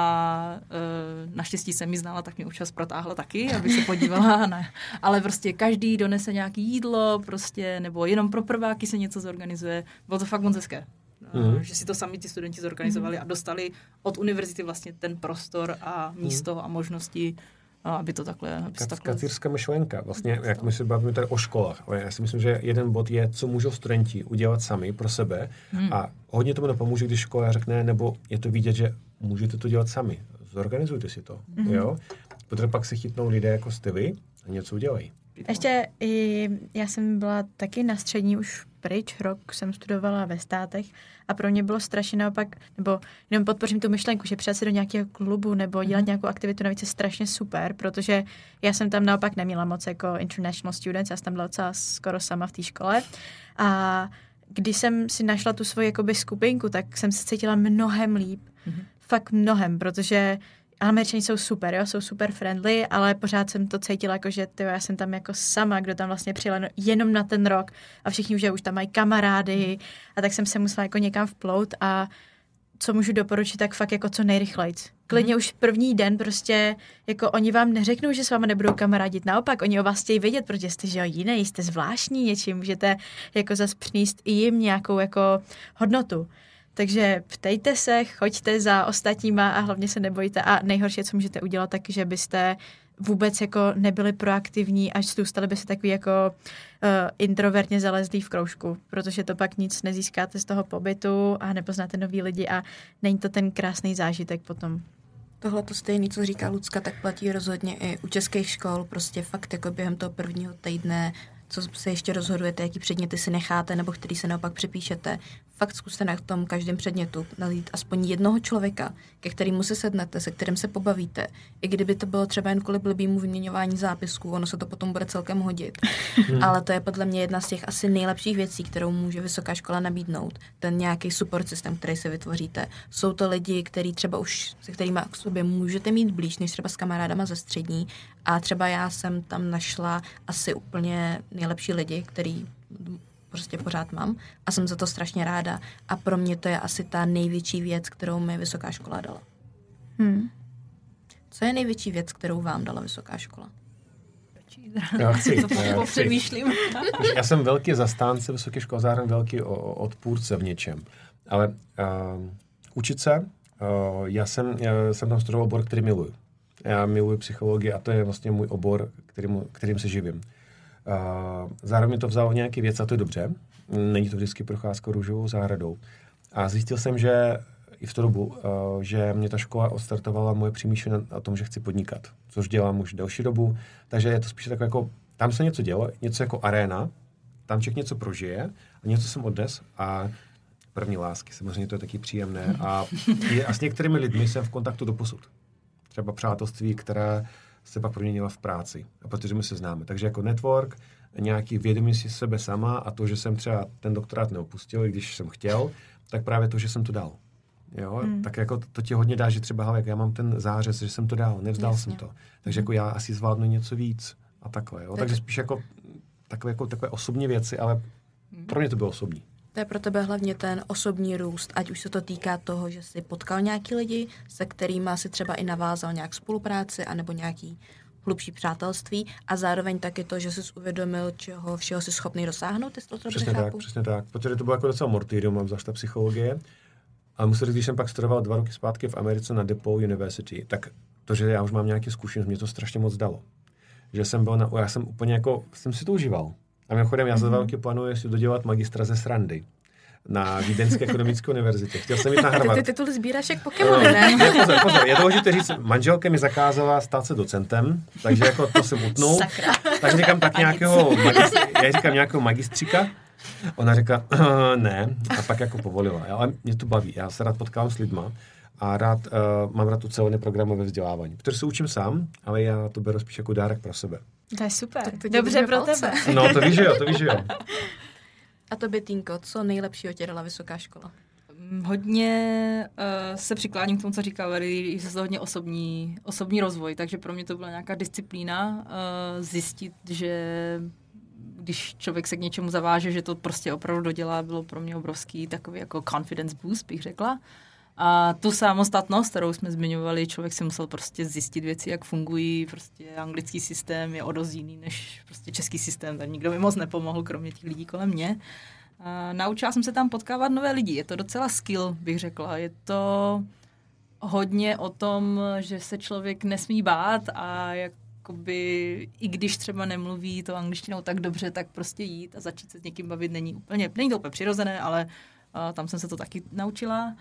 a naštěstí jsem ji znala, tak mě občas protáhla taky, aby se podívala, ne. Ale prostě každý donese nějaké jídlo, prostě, nebo jenom pro prváky se něco zorganizuje. Bylo to fakt moc hezké. Že si to sami ty studenti zorganizovali a dostali od univerzity vlastně ten prostor a místo a možnosti, aby to takhle... Kacířská myšlenka. Vlastně, jak my se bavíme tady o školách. Já si myslím, že jeden bod je, co můžou studenti udělat sami pro sebe a hodně tomu nepomůže, když škola řekne, nebo je to vidět, že můžete to dělat sami. Zorganizujte si to. Jo? Protože pak se chytnou lidé jako jste vy a něco udělají. Ještě já jsem byla taky na střední už pryč, rok jsem studovala ve Státech a pro mě bylo strašně naopak, nebo jenom podpořím tu myšlenku, že přijít se do nějakého klubu nebo dělat nějakou aktivitu navíc je strašně super, protože já jsem tam naopak neměla moc jako international students, já jsem tam byla docela skoro sama v té škole a když jsem si našla tu svoji jakoby skupinku, tak jsem se cítila mnohem líp. Fakt mnohem, protože Američani jsou super, jo, jsou super friendly, ale pořád jsem to cítila jako, že já jsem tam jako sama, kdo tam vlastně přijela jenom na ten rok a všichni už tam mají kamarády a tak jsem se musela jako někam vplout a co můžu doporučit, tak fakt jako co nejrychlejc. Klidně už první den prostě, jako oni vám neřeknou, že s váma nebudou kamarádit, naopak, oni o vás chtějí vědět, protože jste, že jo, jiný, jste zvláštní něčím, můžete jako zas přinést i jim nějakou jako hodnotu. Takže ptejte se, choďte za ostatníma a hlavně se nebojte. A nejhorší, co můžete udělat, tak, že byste vůbec jako nebyli proaktivní, až zůstali by se takový jako introvertně zalezlí v kroužku, protože to pak nic nezískáte z toho pobytu a nepoznáte nový lidi a není to ten krásný zážitek potom. Tohle to stejný, co říká Lucka, tak platí rozhodně i u českých škol, prostě fakt jako během toho prvního týdne, co se ještě rozhodujete, jaký předměty si necháte nebo který se naopak přepíšete. Fakt zkuste na tom každém předmětu najít aspoň jednoho člověka, ke kterému se sednete, se kterým se pobavíte. I kdyby to bylo třeba jen kvůli blbýmu vyměňování zápisků, ono se to potom bude celkem hodit. Ale to je podle mě jedna z těch asi nejlepších věcí, kterou může vysoká škola nabídnout. Ten nějaký support systém, který si vytvoříte. Jsou to lidi, který třeba už se kterými k sobě můžete mít blíž, než třeba s kamarádama ze střední. A třeba já jsem tam našla asi úplně nejlepší lidi, který prostě pořád mám a jsem za to strašně ráda. A pro mě to je asi ta největší věc, kterou mi vysoká škola dala. Co je největší věc, kterou vám dala vysoká škola? Já chci. Popřemýšlím. Já jsem velký zastánce vysoké školy, zároveň velký odpůrce v něčem. Ale učit se, já jsem tam studoval obor, který miluji. Já miluji psychologii a to je vlastně můj obor, kterým se živím. Zároveň mi to vzalo nějaký věc a to je dobře. Není to vždycky procházka růžovou zahradou. A zjistil jsem, že i v tu dobu, že mě ta škola odstartovala moje přemýšlení o tom, že chci podnikat. Což dělám už delší dobu. Takže je to spíš takové jako, tam se něco dělo, něco jako aréna, tam člověk něco prožije a něco jsem odnes a první lásky, samozřejmě to je taky příjemné. A s některými lidmi jsem v kontaktu doposud. Třeba přátelství, které se pak proměnila v práci. A protože my se známe. Takže jako network, nějaký vědomí si sebe sama a to, že jsem třeba ten doktorát neopustil, i když jsem chtěl, tak právě to, že jsem to dal. Jo? Tak jako to ti hodně dá, že třeba, hele, jak já mám ten zářez, že jsem to dal, nevzdal jsem to. Takže jako já asi zvládnu něco víc a takhle. Jo? Takže spíš jako takové osobní věci, ale pro mě to bylo osobní. To je pro tebe hlavně ten osobní růst, ať už se to týká toho, že jsi potkal nějaký lidi, se kterými si třeba i navázal nějak spolupráci anebo nějaký hlubší přátelství a zároveň taky to, že jsi uvědomil, čeho všeho jsi schopný dosáhnout, jestli to dobře chápu. Přesně tak. Protože to bylo jako docela mortýrium, mám zvlášť ta psychologie. Ale musím říct, když jsem pak studoval 2 roky zpátky v Americe na DePaul University, tak to, že já už mám nějaké zkušenost, mě to strašně moc dalo. Že jsem byl já jsem úplně jako, jsem si to užíval. A mimochodem, já za 2 roky plánuji si dodělat magistra ze srandy na Vídeňské ekonomické univerzitě. Chtěl jsem jít na Harvard. Ty tituly sbíráš jak Pokémony, ne? Pozor. Je důležité říct, manželka mi zakázala stát se docentem, takže jako to jsem utnul. Sakra. Tak říkám nějakého magistříka. Ona řekla, ne, a pak jako povolila. Ale mě to baví, já se rád potkávám s lidma a mám rád tu celé programové vzdělávání. Protože se učím sám, ale já to beru spíš jako dárek pro sebe. To je super. Dobře pro tebe. No, to víš, jo. A tobě, Týnko, co nejlepšího tě dala vysoká škola? Hodně se přikláním k tomu, co říká Vary, že to hodně osobní rozvoj, takže pro mě to byla nějaká disciplína zjistit, že když člověk se k něčemu zaváže, že to prostě opravdu dodělá, bylo pro mě obrovský takový jako confidence boost, bych řekla. A tu samostatnost, kterou jsme zmiňovali, člověk si musel prostě zjistit věci, jak fungují, prostě anglický systém je o dost jiný než prostě český systém, tak nikdo mi moc nepomohl, kromě těch lidí kolem mě. A naučila jsem se tam potkávat nové lidi, je to docela skill, bych řekla, je to hodně o tom, že se člověk nesmí bát a jakoby, i když třeba nemluví to angličtinou tak dobře, tak prostě jít a začít se s někým bavit není to úplně přirozené, ale tam jsem se to taky naučila.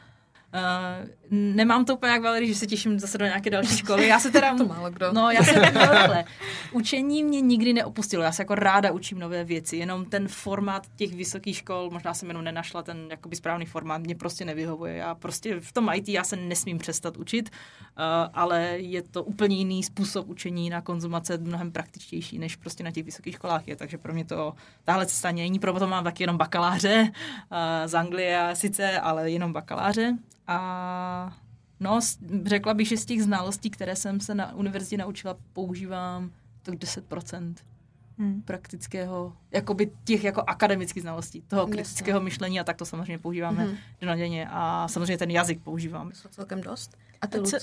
Nemám to úplně jak Valerie, že se těším zase do nějaké další školy. Já se teda... To málo kdo. No, já se takhle. Učení mě nikdy neopustilo. Já se jako ráda učím nové věci. Jenom ten formát těch vysokých škol, možná jsem jenom nenašla ten jakoby správný formát, mě prostě nevyhovuje. Já prostě v tom IT já se nesmím přestat učit, ale je to úplně jiný způsob učení na konzumace, mnohem praktičtější, než prostě na těch vysokých školách je. Takže pro mě to tahle cesta není, proto mám taky jenom bakaláře z Anglie sice, ale jenom bakaláře. A no, řekla bych, že z těch znalostí, které jsem se na univerzitě naučila, používám tak 10% praktického, jakoby těch jako akademických znalostí, toho kritického myšlení a tak to samozřejmě používáme dennodenně a samozřejmě ten jazyk používám. To celkem dost. A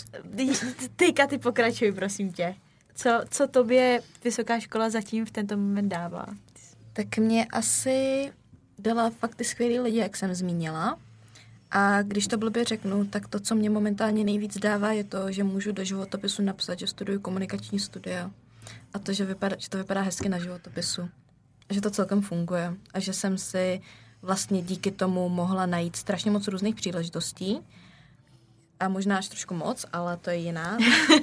ty pokračuj, prosím tě. Co tobě vysoká škola zatím v tento moment dává? Tak mě asi dala fakt ty skvělý lidi, jak jsem zmínila. A když to blbě řeknu, tak to, co mě momentálně nejvíc dává, je to, že můžu do životopisu napsat, že studuju komunikační studia. A to, že to vypadá hezky na životopisu. A že to celkem funguje. A že jsem si vlastně díky tomu mohla najít strašně moc různých příležitostí. A možná až trošku moc, ale to je jiná.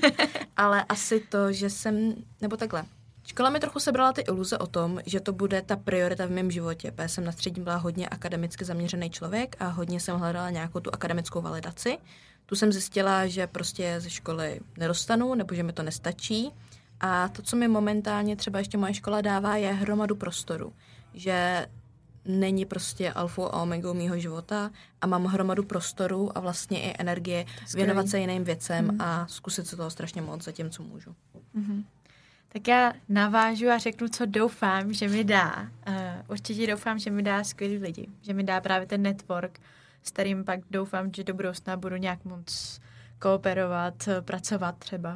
Ale asi to, že jsem, nebo takhle. Škola mi trochu sebrala ty iluze o tom, že to bude ta priorita v mém životě, protože jsem na střední byla hodně akademicky zaměřený člověk a hodně jsem hledala nějakou tu akademickou validaci. Tu jsem zjistila, že prostě ze školy nedostanu, nebo že mi to nestačí. A to, co mi momentálně třeba ještě moje škola dává, je hromadu prostoru. Že není prostě alfou a omegou mýho života a mám hromadu prostoru a vlastně i energie věnovat se jiným věcem a zkusit se toho strašně moc za tím, co můžu. Tak já navážu a řeknu, co doufám, že mi dá. Určitě doufám, že mi dá skvělý lidi. Že mi dá právě ten network, s kterým pak doufám, že do budoucna budu nějak moc kooperovat, pracovat třeba.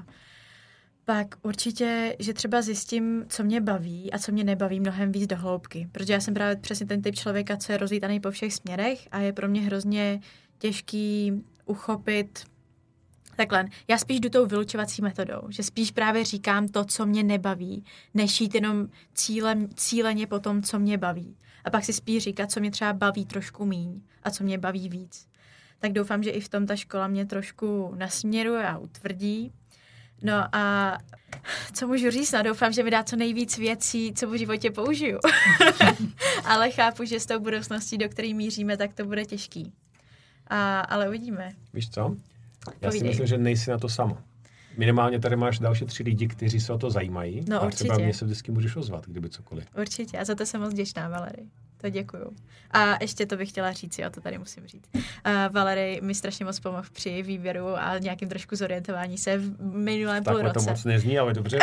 Pak určitě, že třeba zjistím, co mě baví a co mě nebaví mnohem víc do hloubky. Protože já jsem právě přesně ten typ člověka, co je rozlítaný po všech směrech a je pro mě hrozně těžký uchopit. Takhle, já spíš jdu tou vylučovací metodou, že spíš právě říkám to, co mě nebaví, než jít jenom cíleně po tom, co mě baví. A pak si spíš říkat, co mě třeba baví trošku míň a co mě baví víc. Tak doufám, že i v tom ta škola mě trošku nasměruje a utvrdí. No a co můžu říct? No, doufám, že mi dá co nejvíc věcí, co v životě použiju. Ale chápu, že s tou budoucností, do které míříme, tak to bude těžký. Ale uvidíme. Víš co? Já si myslím, že nejsi na to sama. Minimálně tady máš další 3 lidi, kteří se o to zajímají. No, a určitě. Třeba mě se vždycky můžeš ozvat, kdyby cokoliv. Určitě. A za to jsem moc vděčná, Valery. To děkuju. A ještě to bych chtěla říct, jo, to tady musím říct. Valery mi strašně moc pomohl při výběru a nějakým trošku zorientování se v minulém půlroce. Tak to moc nezní, ale dobře.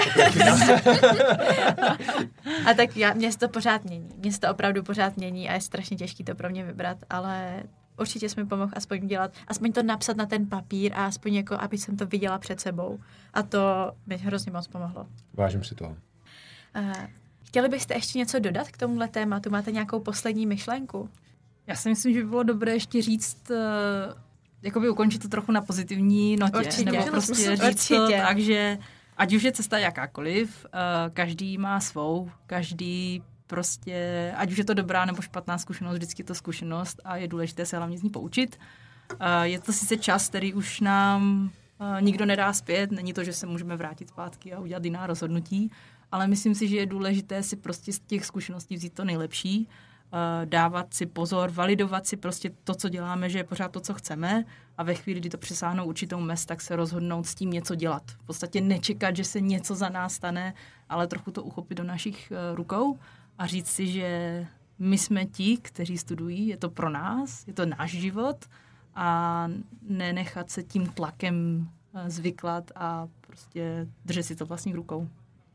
A tak mě se to pořád mění. Mě se to opravdu pořád mění a je strašně těžký to pro mě vybrat, ale určitě jsi mi pomohl aspoň to napsat na ten papír a aspoň jako, aby jsem to viděla před sebou. A to mi hrozně moc pomohlo. Vážím si toho. Chtěli byste ještě něco dodat k tomuhle tématu? Máte nějakou poslední myšlenku? Já si myslím, že by bylo dobré ještě říct, jakoby ukončit to trochu na pozitivní notě. Určitě. Nebo prostě říct to tak, že ať už je cesta jakákoliv, každý má svou, každý prostě, ať už je to dobrá nebo špatná zkušenost, vždycky je to zkušenost a je důležité se hlavně z ní poučit. Je to sice čas, který už nám nikdo nedá zpět, není to, že se můžeme vrátit zpátky a udělat jiná rozhodnutí, ale myslím si, že je důležité si prostě z těch zkušeností vzít to nejlepší, dávat si pozor, validovat si prostě to, co děláme, že je pořád to, co chceme a ve chvíli, kdy to přesáhnou určitou mez, tak se rozhodnout s tím něco dělat. V podstatě nečekat, že se něco za nás stane, ale trochu to uchopit do našich rukou a říct si, že my jsme ti, kteří studují, je to pro nás, je to náš život a nenechat se tím tlakem zvyklat a prostě držet si to vlastních rukou.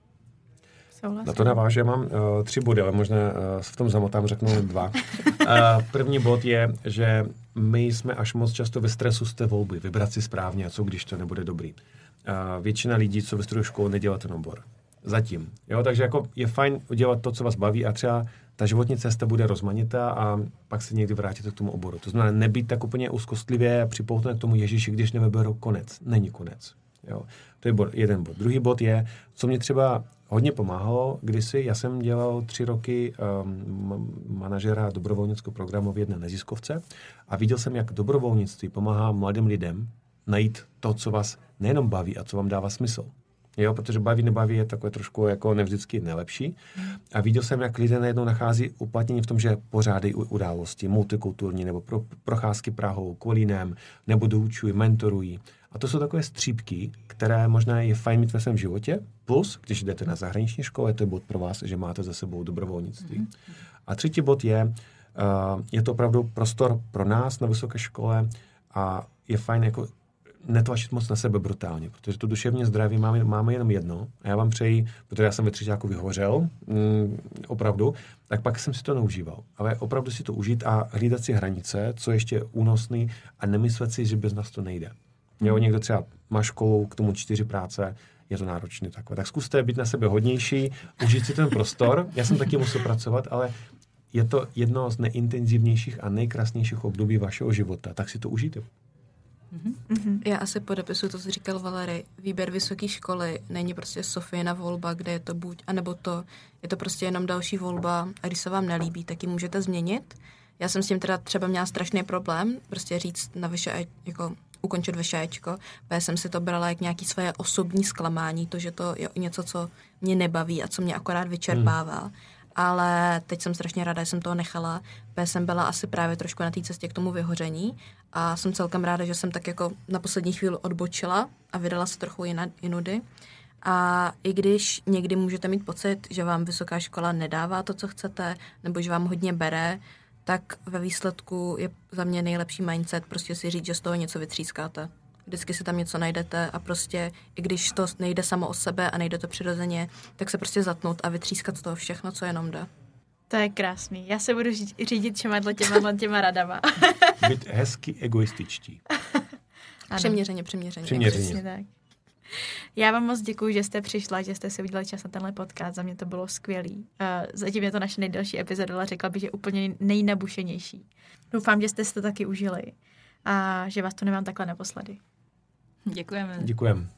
Na to navážu, mám 3 body, ale možná v tom zamotám řeknu 2. První bod je, že my jsme až moc často ve stresu z té volby, vybrat si správně a co, když to nebude dobrý. Většina lidí, co vystudují školu, nedělá ten obor. Zatím. Jo, takže jako je fajn udělat to, co vás baví a třeba ta životní cesta bude rozmanitá a pak se někdy vrátíte k tomu oboru. To znamená nebýt tak úplně úzkostlivě a připoutnout k tomu Ježíši, když nevyberu konec. Není konec. Jo. To je jeden bod. Druhý bod je, co mě třeba hodně pomáhalo kdysi. Já jsem dělal 3 roky manažera dobrovolnického programu v jedné neziskovce a viděl jsem, jak dobrovolnictví pomáhá mladým lidem najít to, co vás nejenom baví a co vám dává smysl. Jo, protože nebaví je takové trošku jako nevždycky nejlepší. A viděl jsem, jak lidé najednou nachází uplatnění v tom, že pořádají události multikulturní nebo procházky Prahou, Kolínem, nebo doučují, mentorují. A to jsou takové střípky, které možná je fajn mít ve svém životě. Plus, když jdete na zahraniční školu, to je bod pro vás, že máte za sebou dobrovolnictví. A třetí bod je to opravdu prostor pro nás na vysoké škole a je fajn jako netlačit moc na sebe brutálně, protože to duševní zdraví máme jenom jedno a já vám přeji, protože já jsem ve třetíku vyhořel, opravdu, tak pak jsem si to neužíval. Ale opravdu si to užít a hlídat si hranice, co ještě únosný a nemyslet si, že bez nás to nejde. Jo, někdo třeba má školu, k tomu 4 práce, je to náročné takové. Tak zkuste být na sebe hodnější, užít si ten prostor. Já jsem taky musel pracovat, ale je to jedno z nejintenzivnějších a nejkrásnějších období vašeho života. Tak si to užijte. Já asi podepisuju to, co říkal Valery. Výběr vysoké školy není prostě Sofína volba, kde je to buď, anebo to. Je to prostě jenom další volba a když se vám nelíbí, tak ji můžete změnit. Já jsem s tím teda třeba měla strašný problém, prostě říct na jako ukončit VŠEčko, protože jsem si to brala jak nějaký svoje osobní zklamání, to, že to je něco, co mě nebaví a co mě akorát vyčerpává. Ale teď jsem strašně ráda, že jsem toho nechala, protože jsem byla asi právě trošku na té cestě k tomu vyhoření a jsem celkem ráda, že jsem tak jako na poslední chvíli odbočila a vydala se trochu jinudy. A i když někdy můžete mít pocit, že vám vysoká škola nedává to, co chcete, nebo že vám hodně bere, tak ve výsledku je za mě nejlepší mindset prostě si říct, že z toho něco vytřískáte. Vždycky si tam něco najdete a prostě, i když to nejde samo o sebe a nejde to přirozeně, tak se prostě zatnout a vytřískat z toho všechno, co jenom jde. To je krásný. Já se budu řídit těma radama. Být hezky egoističtí. Přiměřeně. Přesně tak. Já vám moc děkuju, že jste přišla, že jste si udělali čas na tenhle podcast. Za mě to bylo skvělý. Zatím je to naše nejdelší epizoda, ale řekla bych, že úplně nejnabušenější. Doufám, že jste si to taky užili a že vás to nemám takhle naposledy. Děkujeme. Děkujeme.